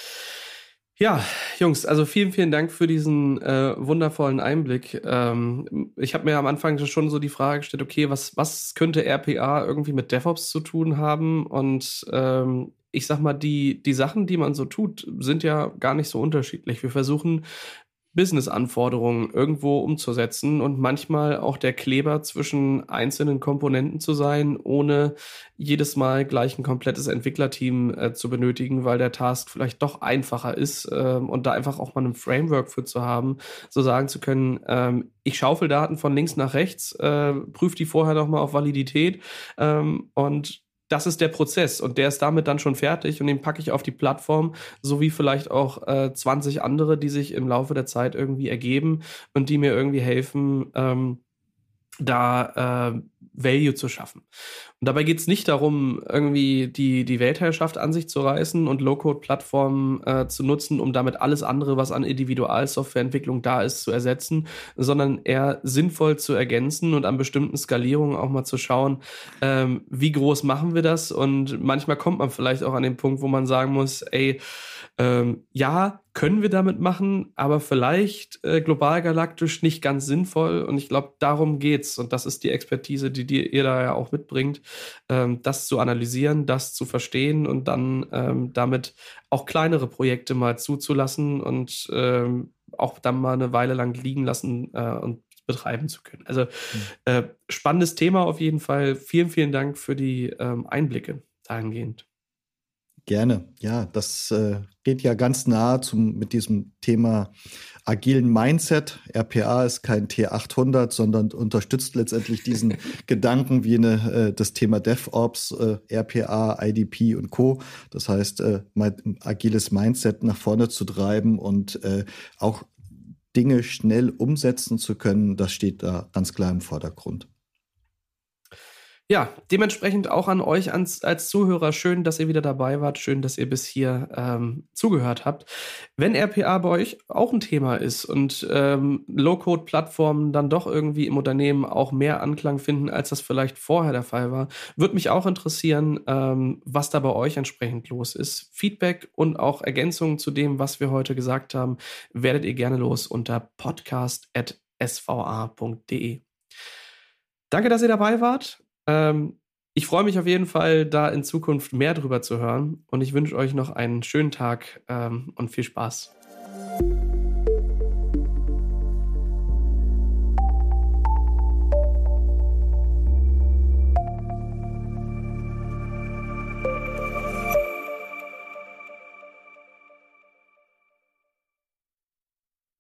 S1: Ja, Jungs, also vielen, vielen Dank für diesen wundervollen Einblick. Ich habe mir am Anfang schon so die Frage gestellt, okay, was könnte RPA irgendwie mit DevOps zu tun haben? Und ich sag mal, die Sachen, die man so tut, sind ja gar nicht so unterschiedlich. Wir versuchen Business-Anforderungen irgendwo umzusetzen und manchmal auch der Kleber zwischen einzelnen Komponenten zu sein, ohne jedes Mal gleich ein komplettes Entwicklerteam zu benötigen, weil der Task vielleicht doch einfacher ist und da einfach auch mal ein Framework für zu haben, so sagen zu können, ich schaufel Daten von links nach rechts, prüfe die vorher noch mal auf Validität und das ist der Prozess und der ist damit dann schon fertig und den packe ich auf die Plattform, so wie vielleicht auch 20 andere, die sich im Laufe der Zeit irgendwie ergeben und die mir irgendwie helfen, da Value zu schaffen. Und dabei geht es nicht darum, irgendwie die Weltherrschaft an sich zu reißen und Low-Code-Plattformen zu nutzen, um damit alles andere, was an Individualsoftwareentwicklung da ist, zu ersetzen, sondern eher sinnvoll zu ergänzen und an bestimmten Skalierungen auch mal zu schauen, wie groß machen wir das? Und manchmal kommt man vielleicht auch an den Punkt, wo man sagen muss, ey, ja, können wir damit machen, aber vielleicht global galaktisch nicht ganz sinnvoll. Und ich glaube, darum geht's. Und das ist die Expertise, die ihr da ja auch mitbringt, das zu analysieren, das zu verstehen und dann damit auch kleinere Projekte mal zuzulassen und auch dann mal eine Weile lang liegen lassen und betreiben zu können. Also spannendes Thema auf jeden Fall. Vielen, vielen Dank für die Einblicke dahingehend.
S3: Gerne. Ja, das geht ja ganz nah mit diesem Thema agilen Mindset. RPA ist kein T800, sondern unterstützt letztendlich diesen Gedanken wie das Thema DevOps, RPA, IDP und Co. Das heißt, ein agiles Mindset nach vorne zu treiben und auch Dinge schnell umsetzen zu können, das steht da ganz klar im Vordergrund.
S1: Ja, dementsprechend auch an euch als Zuhörer. Schön, dass ihr wieder dabei wart. Schön, dass ihr bis hier zugehört habt. Wenn RPA bei euch auch ein Thema ist und Low-Code-Plattformen dann doch irgendwie im Unternehmen auch mehr Anklang finden, als das vielleicht vorher der Fall war, würde mich auch interessieren, was da bei euch entsprechend los ist. Feedback und auch Ergänzungen zu dem, was wir heute gesagt haben, werdet ihr gerne los unter podcast@sva.de. Danke, dass ihr dabei wart. Ich freue mich auf jeden Fall, da in Zukunft mehr drüber zu hören und ich wünsche euch noch einen schönen Tag und viel Spaß.